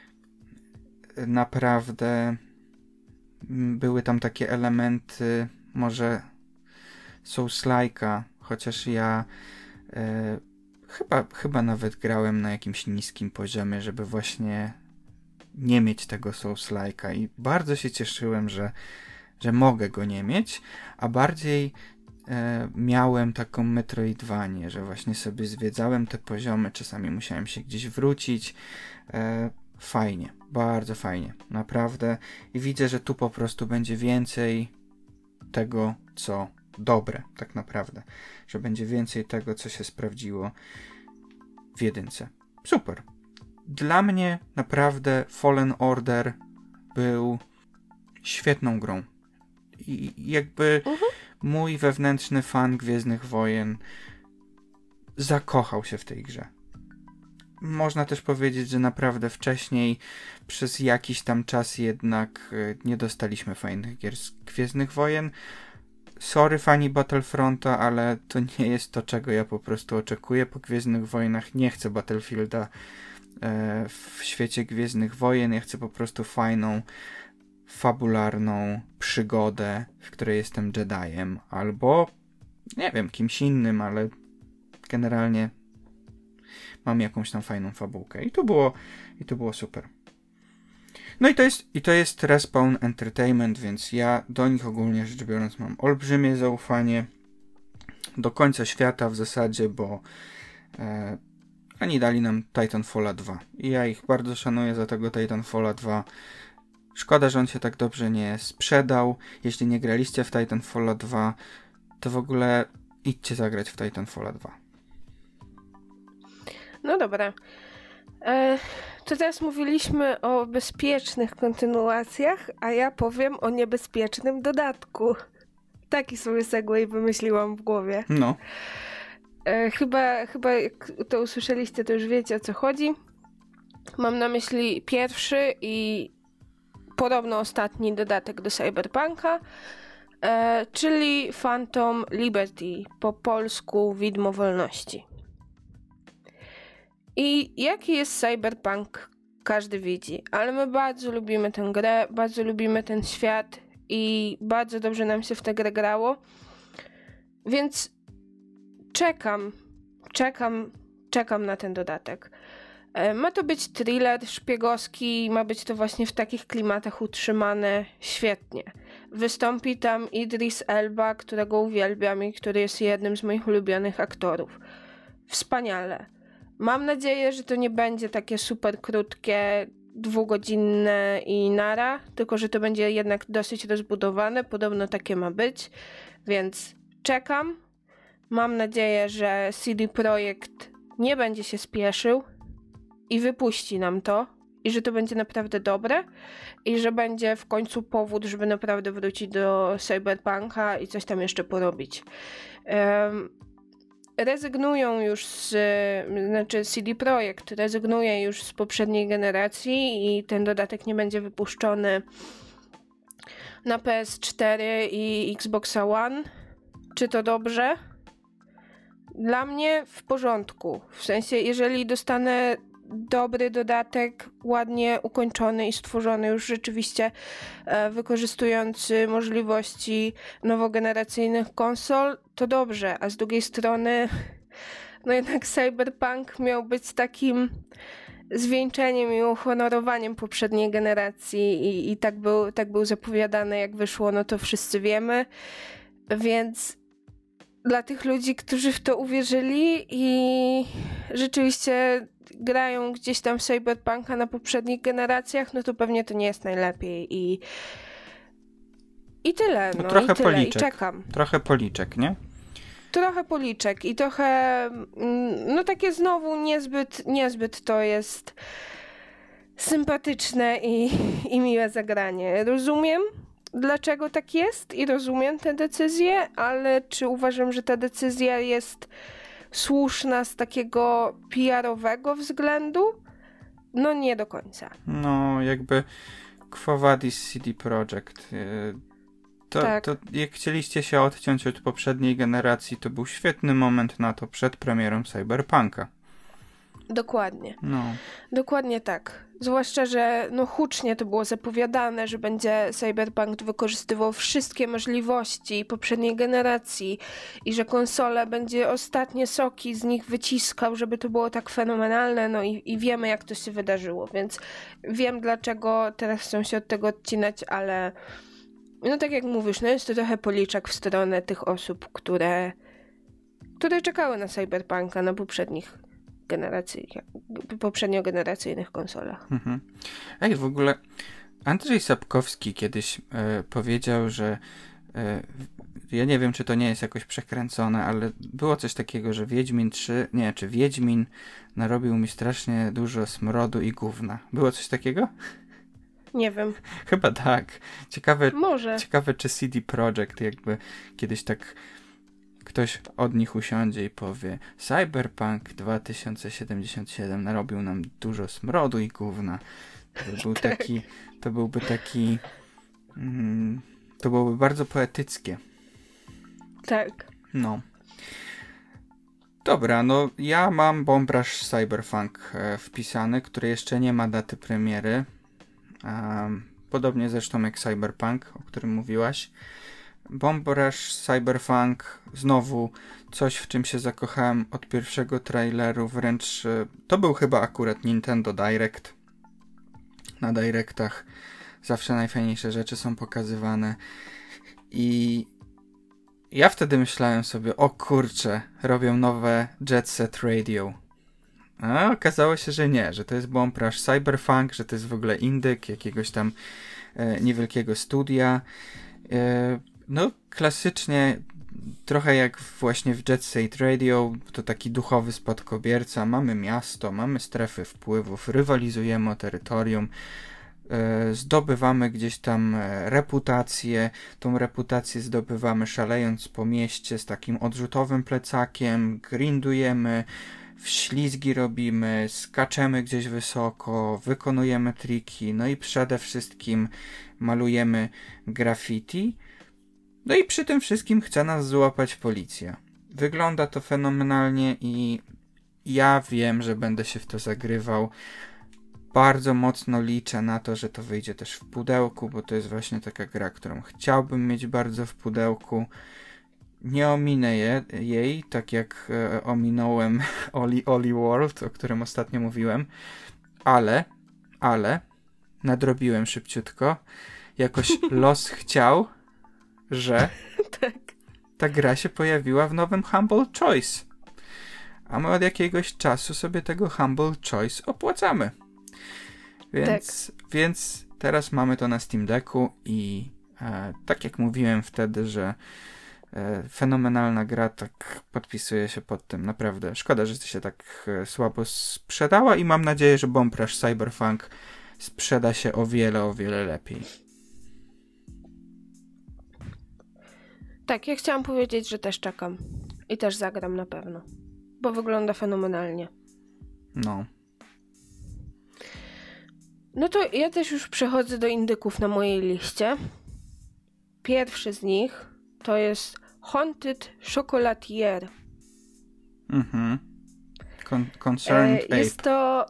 Naprawdę były tam takie elementy, może Souls-like'a, chociaż ja... E, Chyba, chyba nawet grałem na jakimś niskim poziomie, żeby właśnie nie mieć tego Souls-like'a i bardzo się cieszyłem, że, że mogę go nie mieć, a bardziej e, miałem taką Metroidvanię, że właśnie sobie zwiedzałem te poziomy, czasami musiałem się gdzieś wrócić. E, fajnie, bardzo fajnie, naprawdę. I widzę, że tu po prostu będzie więcej tego, co dobre, tak naprawdę. Że będzie więcej tego, co się sprawdziło w jedynce. Super. dla mnie naprawdę Fallen Order był świetną grą. I jakby uh-huh. mój wewnętrzny fan Gwiezdnych Wojen zakochał się w tej grze. Można też powiedzieć, że naprawdę wcześniej przez jakiś tam czas jednak nie dostaliśmy fajnych gier z Gwiezdnych Wojen. Sorry fani Battlefronta, ale to nie jest to, czego ja po prostu oczekuję po Gwiezdnych Wojnach. Nie chcę Battlefielda e, w świecie Gwiezdnych Wojen. Ja chcę po prostu fajną, fabularną przygodę, w której jestem Jediem. Albo, nie wiem, kimś innym, ale generalnie mam jakąś tam fajną fabułkę. I to było, i to było super. No i to jest, i to jest Respawn Entertainment, więc ja do nich ogólnie rzecz biorąc mam olbrzymie zaufanie do końca świata w zasadzie, bo e, oni dali nam Titanfalla dwa. I ja ich bardzo szanuję za tego Titanfalla dwa. Szkoda, że on się tak dobrze nie sprzedał. Jeśli nie graliście w Titanfalla dwa, to w ogóle idźcie zagrać w Titanfalla dwa. No dobra. E, to teraz mówiliśmy o bezpiecznych kontynuacjach, a ja powiem o niebezpiecznym dodatku. Taki sobie segway wymyśliłam w głowie. No. E, chyba, chyba jak to usłyszeliście, to już wiecie, o co chodzi. Mam na myśli pierwszy i podobno ostatni dodatek do Cyberpunka, e, czyli Phantom Liberty, po polsku Widmo Wolności. I jaki jest Cyberpunk, każdy widzi, ale my bardzo lubimy tę grę, bardzo lubimy ten świat i bardzo dobrze nam się w tę grę grało, więc czekam, czekam, czekam na ten dodatek. Ma to być thriller szpiegowski, ma być to właśnie w takich klimatach utrzymane świetnie. Wystąpi tam Idris Elba, którego uwielbiam i który jest jednym z moich ulubionych aktorów. Wspaniale. Mam nadzieję, że to nie będzie takie super krótkie, dwugodzinne i nara, tylko że to będzie jednak dosyć rozbudowane, podobno takie ma być, więc czekam. Mam nadzieję, że C D Projekt nie będzie się spieszył i wypuści nam to i że to będzie naprawdę dobre i że będzie w końcu powód, żeby naprawdę wrócić do Cyberpunka i coś tam jeszcze porobić. Um, rezygnują już z, znaczy C D Projekt rezygnuje już z poprzedniej generacji i ten dodatek nie będzie wypuszczony na P S cztery i Xbox One. Czy to dobrze? Dla mnie w porządku. W sensie, jeżeli dostanę dobry dodatek, ładnie ukończony i stworzony już rzeczywiście e, wykorzystujący możliwości nowogeneracyjnych konsol, to dobrze, a z drugiej strony no jednak Cyberpunk miał być takim zwieńczeniem i uhonorowaniem poprzedniej generacji i, i tak był, tak był zapowiadany, jak wyszło, no to wszyscy wiemy, więc dla tych ludzi, którzy w to uwierzyli i rzeczywiście grają gdzieś tam w Cyberpunka na poprzednich generacjach, no to pewnie to nie jest najlepiej i i tyle, no, no trochę i tyle, policzek. I czekam. Trochę policzek, nie? Trochę policzek i trochę no takie znowu niezbyt, niezbyt to jest sympatyczne i, i miłe zagranie. Rozumiem, dlaczego tak jest i rozumiem tę decyzję, ale czy uważam, że ta decyzja jest słuszna z takiego P R-owego względu? No nie do końca. No jakby Quo Vadis C D Projekt. To, tak. to jak chcieliście się odciąć od poprzedniej generacji, to był świetny moment na to przed premierą Cyberpunka. Dokładnie. No. Dokładnie tak. Zwłaszcza, że no hucznie to było zapowiadane, że będzie Cyberpunk wykorzystywał wszystkie możliwości poprzedniej generacji i że konsola będzie ostatnie soki z nich wyciskał, żeby to było tak fenomenalne, no i, i wiemy, jak to się wydarzyło, więc wiem, dlaczego teraz chcą się od tego odcinać, ale no tak jak mówisz, no jest to trochę policzek w stronę tych osób, które które czekały na Cyberpunka na poprzednich generacji, poprzedniogeneracyjnych konsolach. Mhm. Ej, w ogóle Andrzej Sapkowski kiedyś e, powiedział, że e, ja nie wiem, czy to nie jest jakoś przekręcone, ale było coś takiego, że Wiedźmin trzy, nie, czy Wiedźmin narobił mi strasznie dużo smrodu i gówna. Było coś takiego? Nie wiem. Chyba tak. Ciekawe, Może. ciekawe, czy C D Projekt jakby kiedyś tak ktoś od nich usiądzie i powie Cyberpunk dwa tysiące siedemdziesiąt siedem narobił nam dużo smrodu i gówna. To by był tak. taki, to byłby taki mm, to byłoby bardzo poetyckie. Tak. No. Dobra, no ja mam Bomb Rush Cyberpunk e, wpisany, który jeszcze nie ma daty premiery. Um, podobnie zresztą jak Cyberpunk, o którym mówiłaś. Bomb Rush Cyberpunk, znowu coś, w czym się zakochałem od pierwszego traileru, wręcz e, to był chyba akurat Nintendo Direct. Na Directach zawsze najfajniejsze rzeczy są pokazywane i ja wtedy myślałem sobie, o kurczę, robią nowe Jet Set Radio. A okazało się, że nie, że to jest Bomb Rush Cyberpunk, że to jest w ogóle indyk jakiegoś tam e, niewielkiego studia. E, no klasycznie, trochę jak właśnie w Jet Set Radio, to taki duchowy spadkobierca. Mamy miasto, mamy strefy wpływów, rywalizujemy o terytorium. Zdobywamy gdzieś tam reputację, tą reputację zdobywamy szalejąc po mieście z takim odrzutowym plecakiem, grindujemy, wślizgi robimy, skaczemy gdzieś wysoko, wykonujemy triki, no i przede wszystkim malujemy graffiti, no i przy tym wszystkim chce nas złapać policja. Wygląda to fenomenalnie i ja wiem, że będę się w to zagrywał. Bardzo mocno liczę na to, że to wyjdzie też w pudełku, bo to jest właśnie taka gra, którą chciałbym mieć bardzo w pudełku. Nie ominę je, jej, tak jak e, ominąłem Oli Oli World, o którym ostatnio mówiłem, ale, ale nadrobiłem szybciutko. Jakoś los chciał, że tak. ta gra się pojawiła w nowym Humble Choice. A my od jakiegoś czasu sobie tego Humble Choice opłacamy. Więc, tak. więc teraz mamy to na Steam Decku i e, tak jak mówiłem wtedy, że e, fenomenalna gra, tak podpisuję się pod tym. Naprawdę szkoda, że się tak e, słabo sprzedała i mam nadzieję, że Bomb Rush Cyberpunk sprzeda się o wiele, o wiele lepiej. Tak, ja chciałam powiedzieć, że też czekam i też zagram na pewno, bo wygląda fenomenalnie. No. No to ja też już przechodzę do indyków na mojej liście. Pierwszy z nich to jest Haunted Chocolatier. Mhm. Con- concerned e, Ape. Jest to...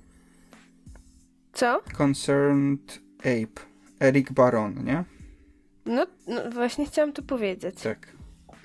Co? Concerned Ape. Eric Baron, nie? No, no właśnie chciałam to powiedzieć. Tak.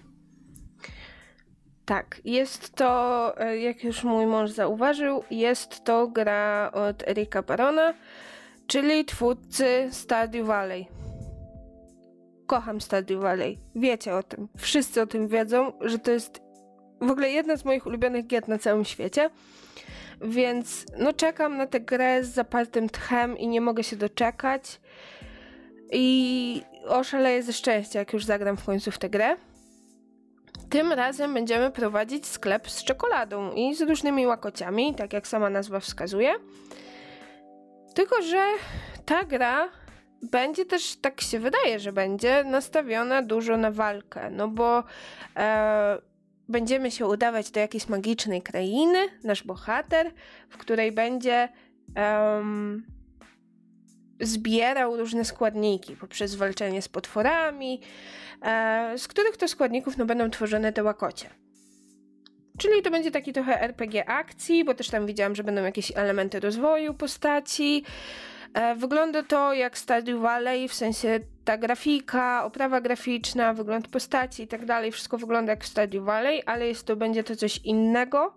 Tak, jest to, jak już mój mąż zauważył, jest to gra od Erika Barona, czyli twórcy Stardew Valley. Kocham Stardew Valley. Wiecie o tym. Wszyscy o tym wiedzą, że to jest w ogóle jedna z moich ulubionych gier na całym świecie. Więc no czekam na tę grę z zapartym tchem i nie mogę się doczekać. I oszaleję ze szczęścia, jak już zagram w końcu w tę grę. Tym razem będziemy prowadzić sklep z czekoladą i z różnymi łakociami, tak jak sama nazwa wskazuje. Tylko że ta gra będzie też, tak się wydaje, że będzie nastawiona dużo na walkę, no bo e, będziemy się udawać do jakiejś magicznej krainy, nasz bohater, w której będzie um, zbierał różne składniki poprzez walczenie z potworami, e, z których to składników no, będą tworzone te łakocie. Czyli to będzie taki trochę R P G akcji, bo też tam widziałam, że będą jakieś elementy rozwoju postaci. E, wygląda to jak Stardew Valley, w sensie ta grafika, oprawa graficzna, wygląd postaci i tak dalej, wszystko wygląda jak Stardew Valley, ale jest to, będzie to coś innego.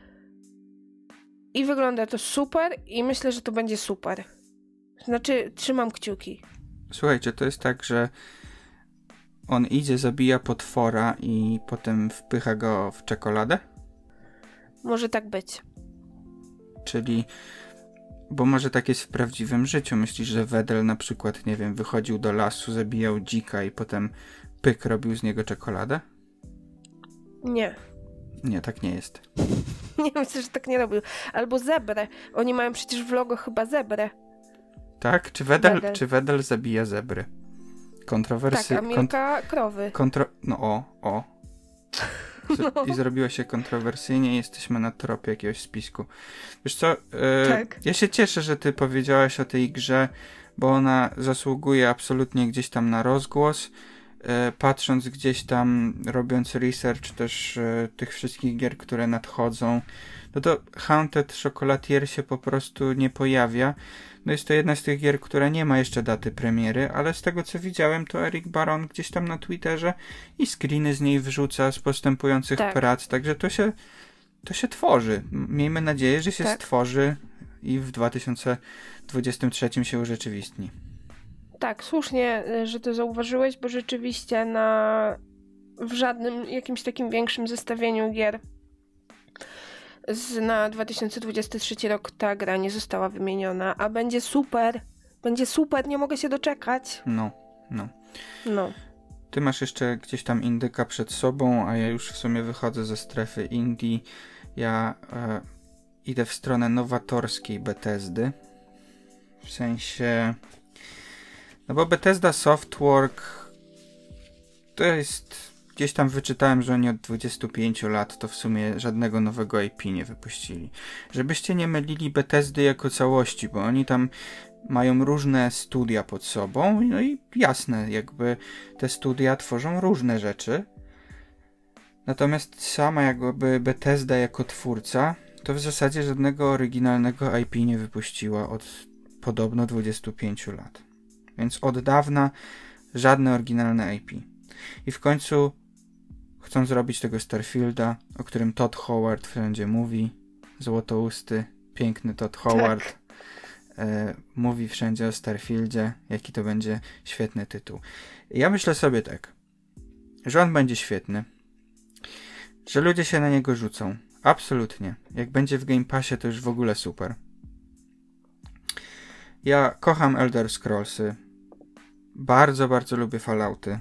I wygląda to super i myślę, że to będzie super. Znaczy, trzymam kciuki. Słuchajcie, to jest tak, że on idzie, zabija potwora i potem wpycha go w czekoladę? Może tak być. Czyli, bo może tak jest w prawdziwym życiu. Myślisz, że Wedel na przykład, nie wiem, wychodził do lasu, zabijał dzika i potem Pyk robił z niego czekoladę? Nie. Nie, tak nie jest. Nie, myślę, że tak nie robił. Albo zebrę. Oni mają przecież w logo chyba zebrę. Tak? Czy Wedel, Wedel. Czy Wedel zabija zebry? Kontrowersy... Tak, a Milka kont- krowy. Kontro... No o, o. Z- no. I zrobiło się kontrowersyjnie. Jesteśmy na tropie jakiegoś spisku. Wiesz co? Yy, tak. Ja się cieszę, że ty powiedziałaś o tej grze, bo ona zasługuje absolutnie gdzieś tam na rozgłos. E, patrząc gdzieś tam, robiąc research też e, tych wszystkich gier, które nadchodzą, no to Haunted Chocolatier się po prostu nie pojawia. No jest to jedna z tych gier, która nie ma jeszcze daty premiery, ale z tego co widziałem, to Eric Baron gdzieś tam na Twitterze i screeny z niej wrzuca z postępujących tak. prac, także to się to się tworzy. Miejmy nadzieję, że się tak. stworzy i w dwa tysiące dwudziestym trzecim się urzeczywistni. Tak, słusznie, że to zauważyłeś, bo rzeczywiście na w żadnym jakimś takim większym zestawieniu gier z, na dwa tysiące dwudziesty trzeci rok ta gra nie została wymieniona, a będzie super, będzie super, nie mogę się doczekać. No, no. No. Ty masz jeszcze gdzieś tam indyka przed sobą, a ja już w sumie wychodzę ze strefy indie. Ja e, idę w stronę nowatorskiej Bethesdy. W sensie... No bo Bethesda Softwork to jest... Gdzieś tam wyczytałem, że oni od dwudziestu pięciu lat to w sumie żadnego nowego I P nie wypuścili. Żebyście nie mylili Bethesdy jako całości, bo oni tam mają różne studia pod sobą, no i jasne, jakby te studia tworzą różne rzeczy. Natomiast sama jakby Bethesda jako twórca to w zasadzie żadnego oryginalnego I P nie wypuściła od podobno dwudziestu pięciu lat. Więc od dawna żadne oryginalne I P. I w końcu chcą zrobić tego Starfielda, o którym Todd Howard wszędzie mówi. Złotousty, piękny Todd Howard. Tak. E, mówi wszędzie o Starfieldzie, jaki to będzie świetny tytuł. Ja myślę sobie tak, że on będzie świetny, że ludzie się na niego rzucą. Absolutnie. Jak będzie w Game Passie, to już w ogóle super. Ja kocham Elder Scrollsy. Bardzo, bardzo lubię Fallouty.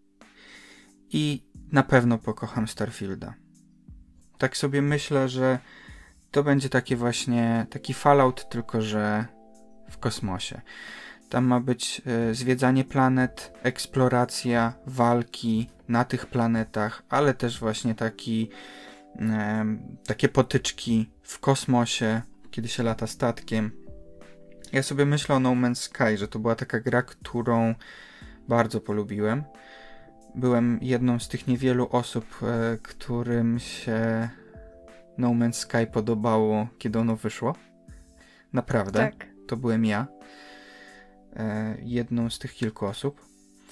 I na pewno pokocham Starfielda. Tak sobie myślę, że to będzie takie właśnie, taki Fallout, tylko że w kosmosie. Tam ma być y, zwiedzanie planet, eksploracja, walki na tych planetach, ale też właśnie taki, y, takie potyczki w kosmosie, kiedy się lata statkiem. Ja sobie myślę o No Man's Sky, że to była taka gra, którą bardzo polubiłem. Byłem jedną z tych niewielu osób, e, którym się No Man's Sky podobało, kiedy ono wyszło. Naprawdę. Tak. To byłem ja. E, jedną z tych kilku osób.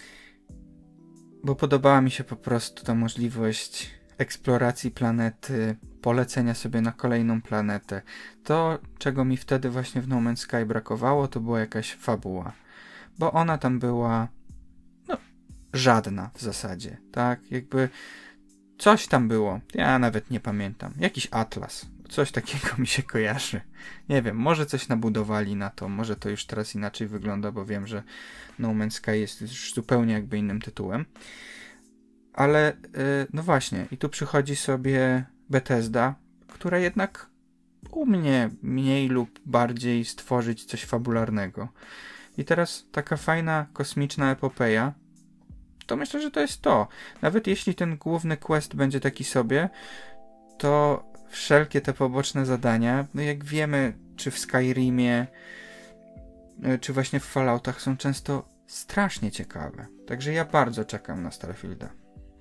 Bo podobała mi się po prostu ta możliwość eksploracji planety, polecenia sobie na kolejną planetę. To, czego mi wtedy właśnie w No Man's Sky brakowało, to była jakaś fabuła. Bo ona tam była no, żadna w zasadzie, tak? Jakby coś tam było. Ja nawet nie pamiętam. Jakiś atlas. Coś takiego mi się kojarzy. Nie wiem, może coś nabudowali na to, może to już teraz inaczej wygląda, bo wiem, że No Man's Sky jest już zupełnie jakby innym tytułem. Ale yy, no właśnie, i tu przychodzi sobie Bethesda, która jednak umie mniej lub bardziej stworzyć coś fabularnego. I teraz taka fajna, kosmiczna epopeja, to myślę, że to jest to. Nawet jeśli ten główny quest będzie taki sobie, to wszelkie te poboczne zadania, no jak wiemy, czy w Skyrimie, czy właśnie w Falloutach są często strasznie ciekawe. Także ja bardzo czekam na Starfielda.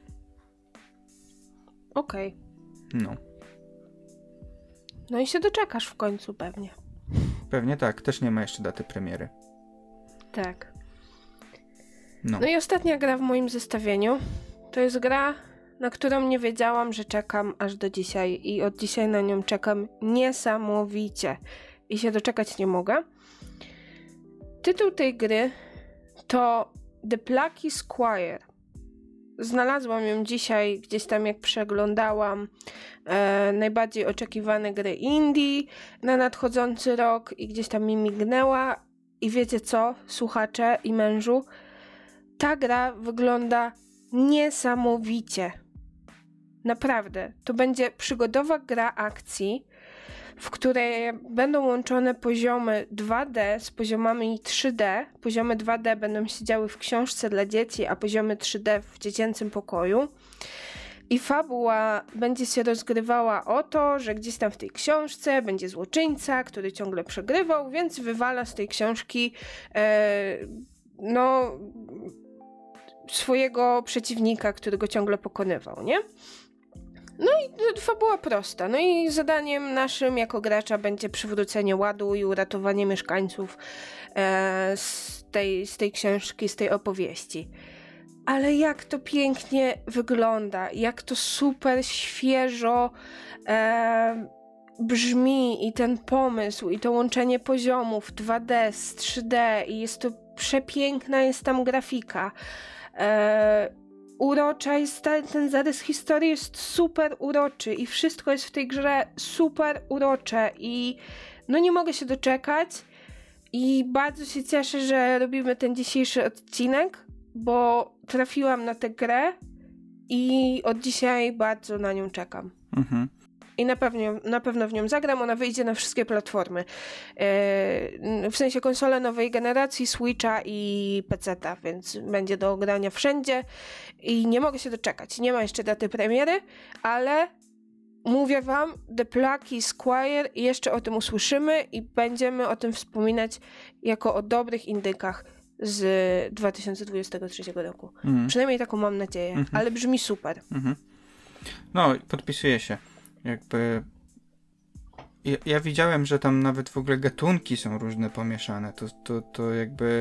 Okej. Okay. No. No i się doczekasz w końcu pewnie. Pewnie tak. Też nie ma jeszcze daty premiery. Tak. No. No i ostatnia gra w moim zestawieniu to jest gra, na którą nie wiedziałam, że czekam aż do dzisiaj i od dzisiaj na nią czekam niesamowicie i się doczekać nie mogę. Tytuł tej gry to The Plucky Squire. Znalazłam ją dzisiaj gdzieś tam, jak przeglądałam e, najbardziej oczekiwane gry indie na nadchodzący rok i gdzieś tam mi mignęła i wiecie co, słuchacze i mężu, ta gra wygląda niesamowicie. Naprawdę. To będzie przygodowa gra akcji, w której będą łączone poziomy dwa D z poziomami trzy D. Poziomy dwa D będą się działy w książce dla dzieci, a poziomy trzy D w dziecięcym pokoju. I fabuła będzie się rozgrywała o to, że gdzieś tam w tej książce będzie złoczyńca, który ciągle przegrywał, więc wywala z tej książki e, no swojego przeciwnika, który go ciągle pokonywał, nie? No i fabuła prosta. No i zadaniem naszym jako gracza będzie przywrócenie ładu i uratowanie mieszkańców e, z, tej, z tej książki, z tej opowieści. Ale jak to pięknie wygląda, jak to super świeżo e, brzmi i ten pomysł, i to łączenie poziomów dwa D z trzy D i jest to przepiękna, jest tam grafika. E, urocza jest ta, ten zarys historii jest super uroczy i wszystko jest w tej grze super urocze i no nie mogę się doczekać i bardzo się cieszę, że robimy ten dzisiejszy odcinek, bo trafiłam na tę grę i od dzisiaj bardzo na nią czekam. Mhm. I na pewno, na pewno w nią zagram. Ona wyjdzie na wszystkie platformy. Yy, w sensie konsole nowej generacji, Switcha i peceta, więc będzie do grania wszędzie i nie mogę się doczekać. Nie ma jeszcze daty premiery, ale mówię wam, The Plucky Squire i jeszcze o tym usłyszymy i będziemy o tym wspominać jako o dobrych indykach z dwa tysiące dwudziestego trzeciego roku. Mhm. Przynajmniej taką mam nadzieję, mhm. ale brzmi super. Mhm. No, podpisuję się. Jakby ja, ja widziałem, że tam nawet w ogóle gatunki są różne pomieszane. To, to, to jakby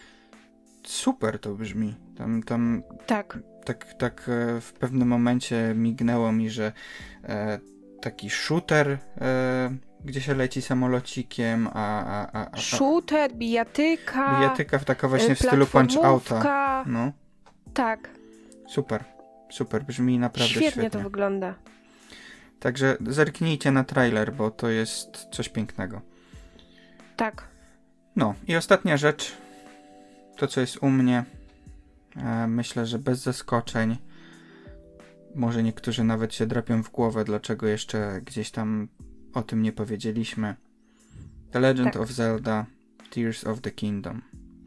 super to brzmi. Tam, tam tak. Tak, tak w pewnym momencie mignęło mi, że e, taki shooter, e, gdzie się leci samolocikiem, a... a, a, a shooter, bijatyka. Bijatyka taka właśnie w stylu Punch-Outa. No. Tak. Super, super, brzmi naprawdę świetnie. Świetnie to wygląda. Także zerknijcie na trailer, bo to jest coś pięknego. Tak. No i ostatnia rzecz, to co jest u mnie, e, myślę, że bez zaskoczeń. Może niektórzy nawet się drapią w głowę, dlaczego jeszcze gdzieś tam o tym nie powiedzieliśmy. The Legend tak. of Zelda Tears of the Kingdom.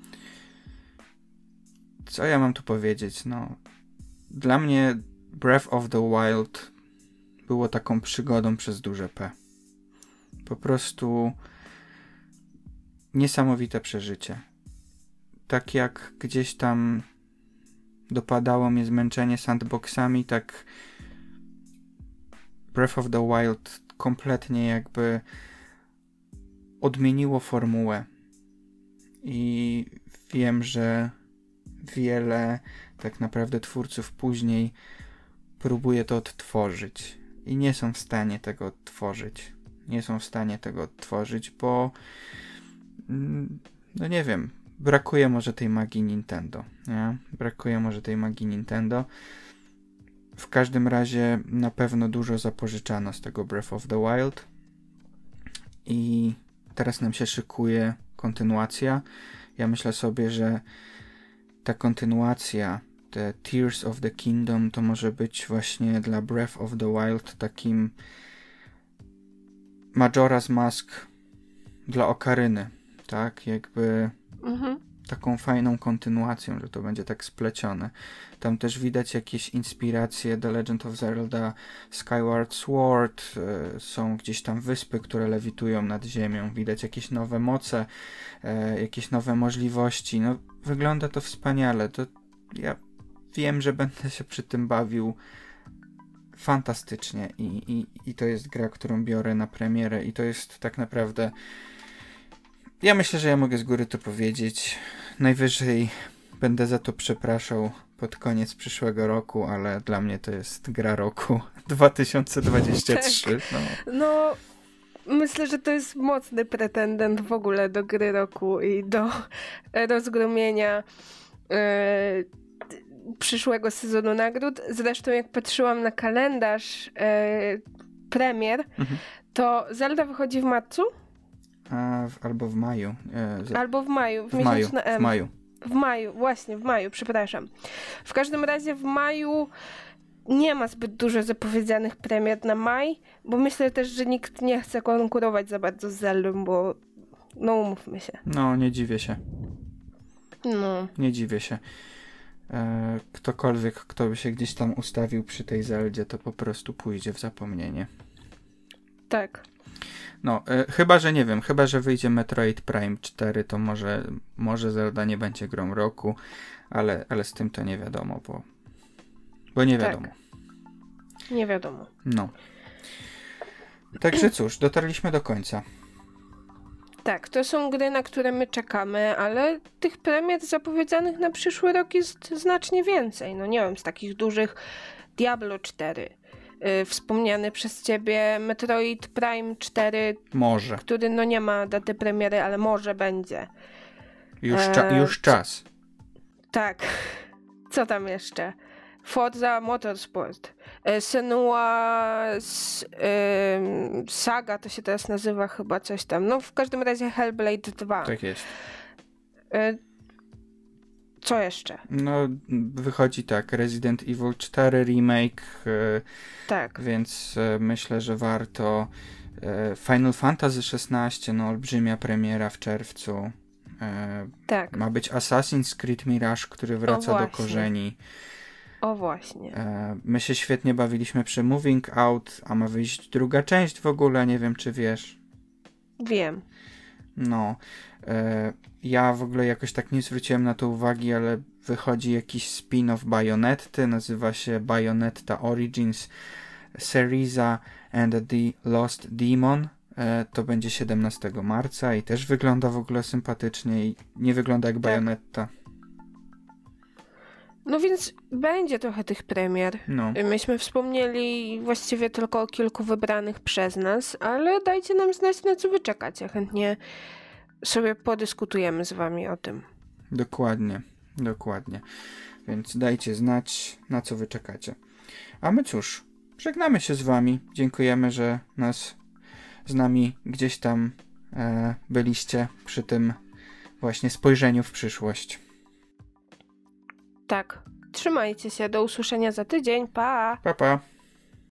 Co ja mam tu powiedzieć? No, dla mnie Breath of the Wild było taką przygodą przez duże P. Po prostu niesamowite przeżycie. Tak jak gdzieś tam dopadało mnie zmęczenie sandboxami, tak Breath of the Wild kompletnie jakby odmieniło formułę. I wiem, że wiele tak naprawdę twórców później próbuje to odtworzyć. I nie są w stanie tego odtworzyć. Nie są w stanie tego odtworzyć, bo no nie wiem, brakuje może tej magii Nintendo. Nie? Brakuje może tej magii Nintendo. W każdym razie na pewno dużo zapożyczano z tego Breath of the Wild. I teraz nam się szykuje kontynuacja. Ja myślę sobie, że ta kontynuacja, te Tears of the Kingdom, to może być właśnie dla Breath of the Wild takim Majora's Mask dla Okaryny, tak? Jakby mhm. taką fajną kontynuacją, że to będzie tak splecione. Tam też widać jakieś inspiracje The Legend of Zelda Skyward Sword, y, są gdzieś tam wyspy, które lewitują nad ziemią, widać jakieś nowe moce, y, jakieś nowe możliwości. No, wygląda to wspaniale. To ja wiem, że będę się przy tym bawił fantastycznie i, i, i to jest gra, którą biorę na premierę i to jest tak naprawdę, ja myślę, że ja mogę z góry to powiedzieć, najwyżej będę za to przepraszał pod koniec przyszłego roku, ale dla mnie to jest gra roku dwa tysiące dwudziesty trzeci. Tak. No. no, myślę, że to jest mocny pretendent w ogóle do gry roku i do rozgromienia yy, przyszłego sezonu nagród. Zresztą jak patrzyłam na kalendarz yy, premier, mhm. to Zelda wychodzi w marcu? A, w, albo w maju. E, z... Albo w maju. W, w maju, na M. w maju. W maju, właśnie, w maju, przepraszam. W każdym razie w maju nie ma zbyt dużo zapowiedzianych premier na maj, bo myślę też, że nikt nie chce konkurować za bardzo z Zeldą, bo no umówmy się. No, nie dziwię się. No. Nie dziwię się. E, ktokolwiek, kto by się gdzieś tam ustawił przy tej Zeldzie, to po prostu pójdzie w zapomnienie. Tak. No, e, chyba, że nie wiem, chyba, że wyjdzie Metroid Prime cztery, to może, może Zelda nie będzie grą roku, ale, ale z tym to nie wiadomo, bo, bo nie wiadomo. Tak. Nie wiadomo. No. Także cóż, dotarliśmy do końca. Tak, to są gry, na które my czekamy, ale tych premier zapowiedzianych na przyszły rok jest znacznie więcej. No nie wiem, z takich dużych Diablo cztery, yy, wspomniany przez ciebie Metroid Prime cztery, Może. który no nie ma daty premiery, ale może będzie. Już, cza- już czas. Tak. Co tam jeszcze? Forza Motorsport. E, Senua s, e, Saga to się teraz nazywa chyba coś tam. No w każdym razie Hellblade dwa. Tak jest. E, co jeszcze? No wychodzi tak, Resident Evil cztery remake. E, tak. Więc e, myślę, że warto. E, Final Fantasy szesnaście, no olbrzymia premiera w czerwcu. E, tak. Ma być Assassin's Creed Mirage, który wraca do korzeni. O właśnie. E, my się świetnie bawiliśmy przy Moving Out, a ma wyjść druga część w ogóle, nie wiem czy wiesz. Wiem. No. E, ja w ogóle jakoś tak nie zwróciłem na to uwagi, ale wychodzi jakiś spin-off Bayonetty, nazywa się Bayonetta Origins Syriza and the Lost Demon. E, to będzie siedemnastego marca i też wygląda w ogóle sympatycznie i nie wygląda jak tak. Bayonetta. No więc będzie trochę tych premier. No. Myśmy wspomnieli właściwie tylko o kilku wybranych przez nas, ale dajcie nam znać, na co wy czekacie. Chętnie sobie podyskutujemy z wami o tym. Dokładnie, dokładnie. Więc dajcie znać, na co wy czekacie. A my cóż, żegnamy się z wami. Dziękujemy, że nas z nami gdzieś tam e, byliście przy tym właśnie spojrzeniu w przyszłość. Tak. Trzymajcie się. Do usłyszenia za tydzień. Pa! Pa, pa.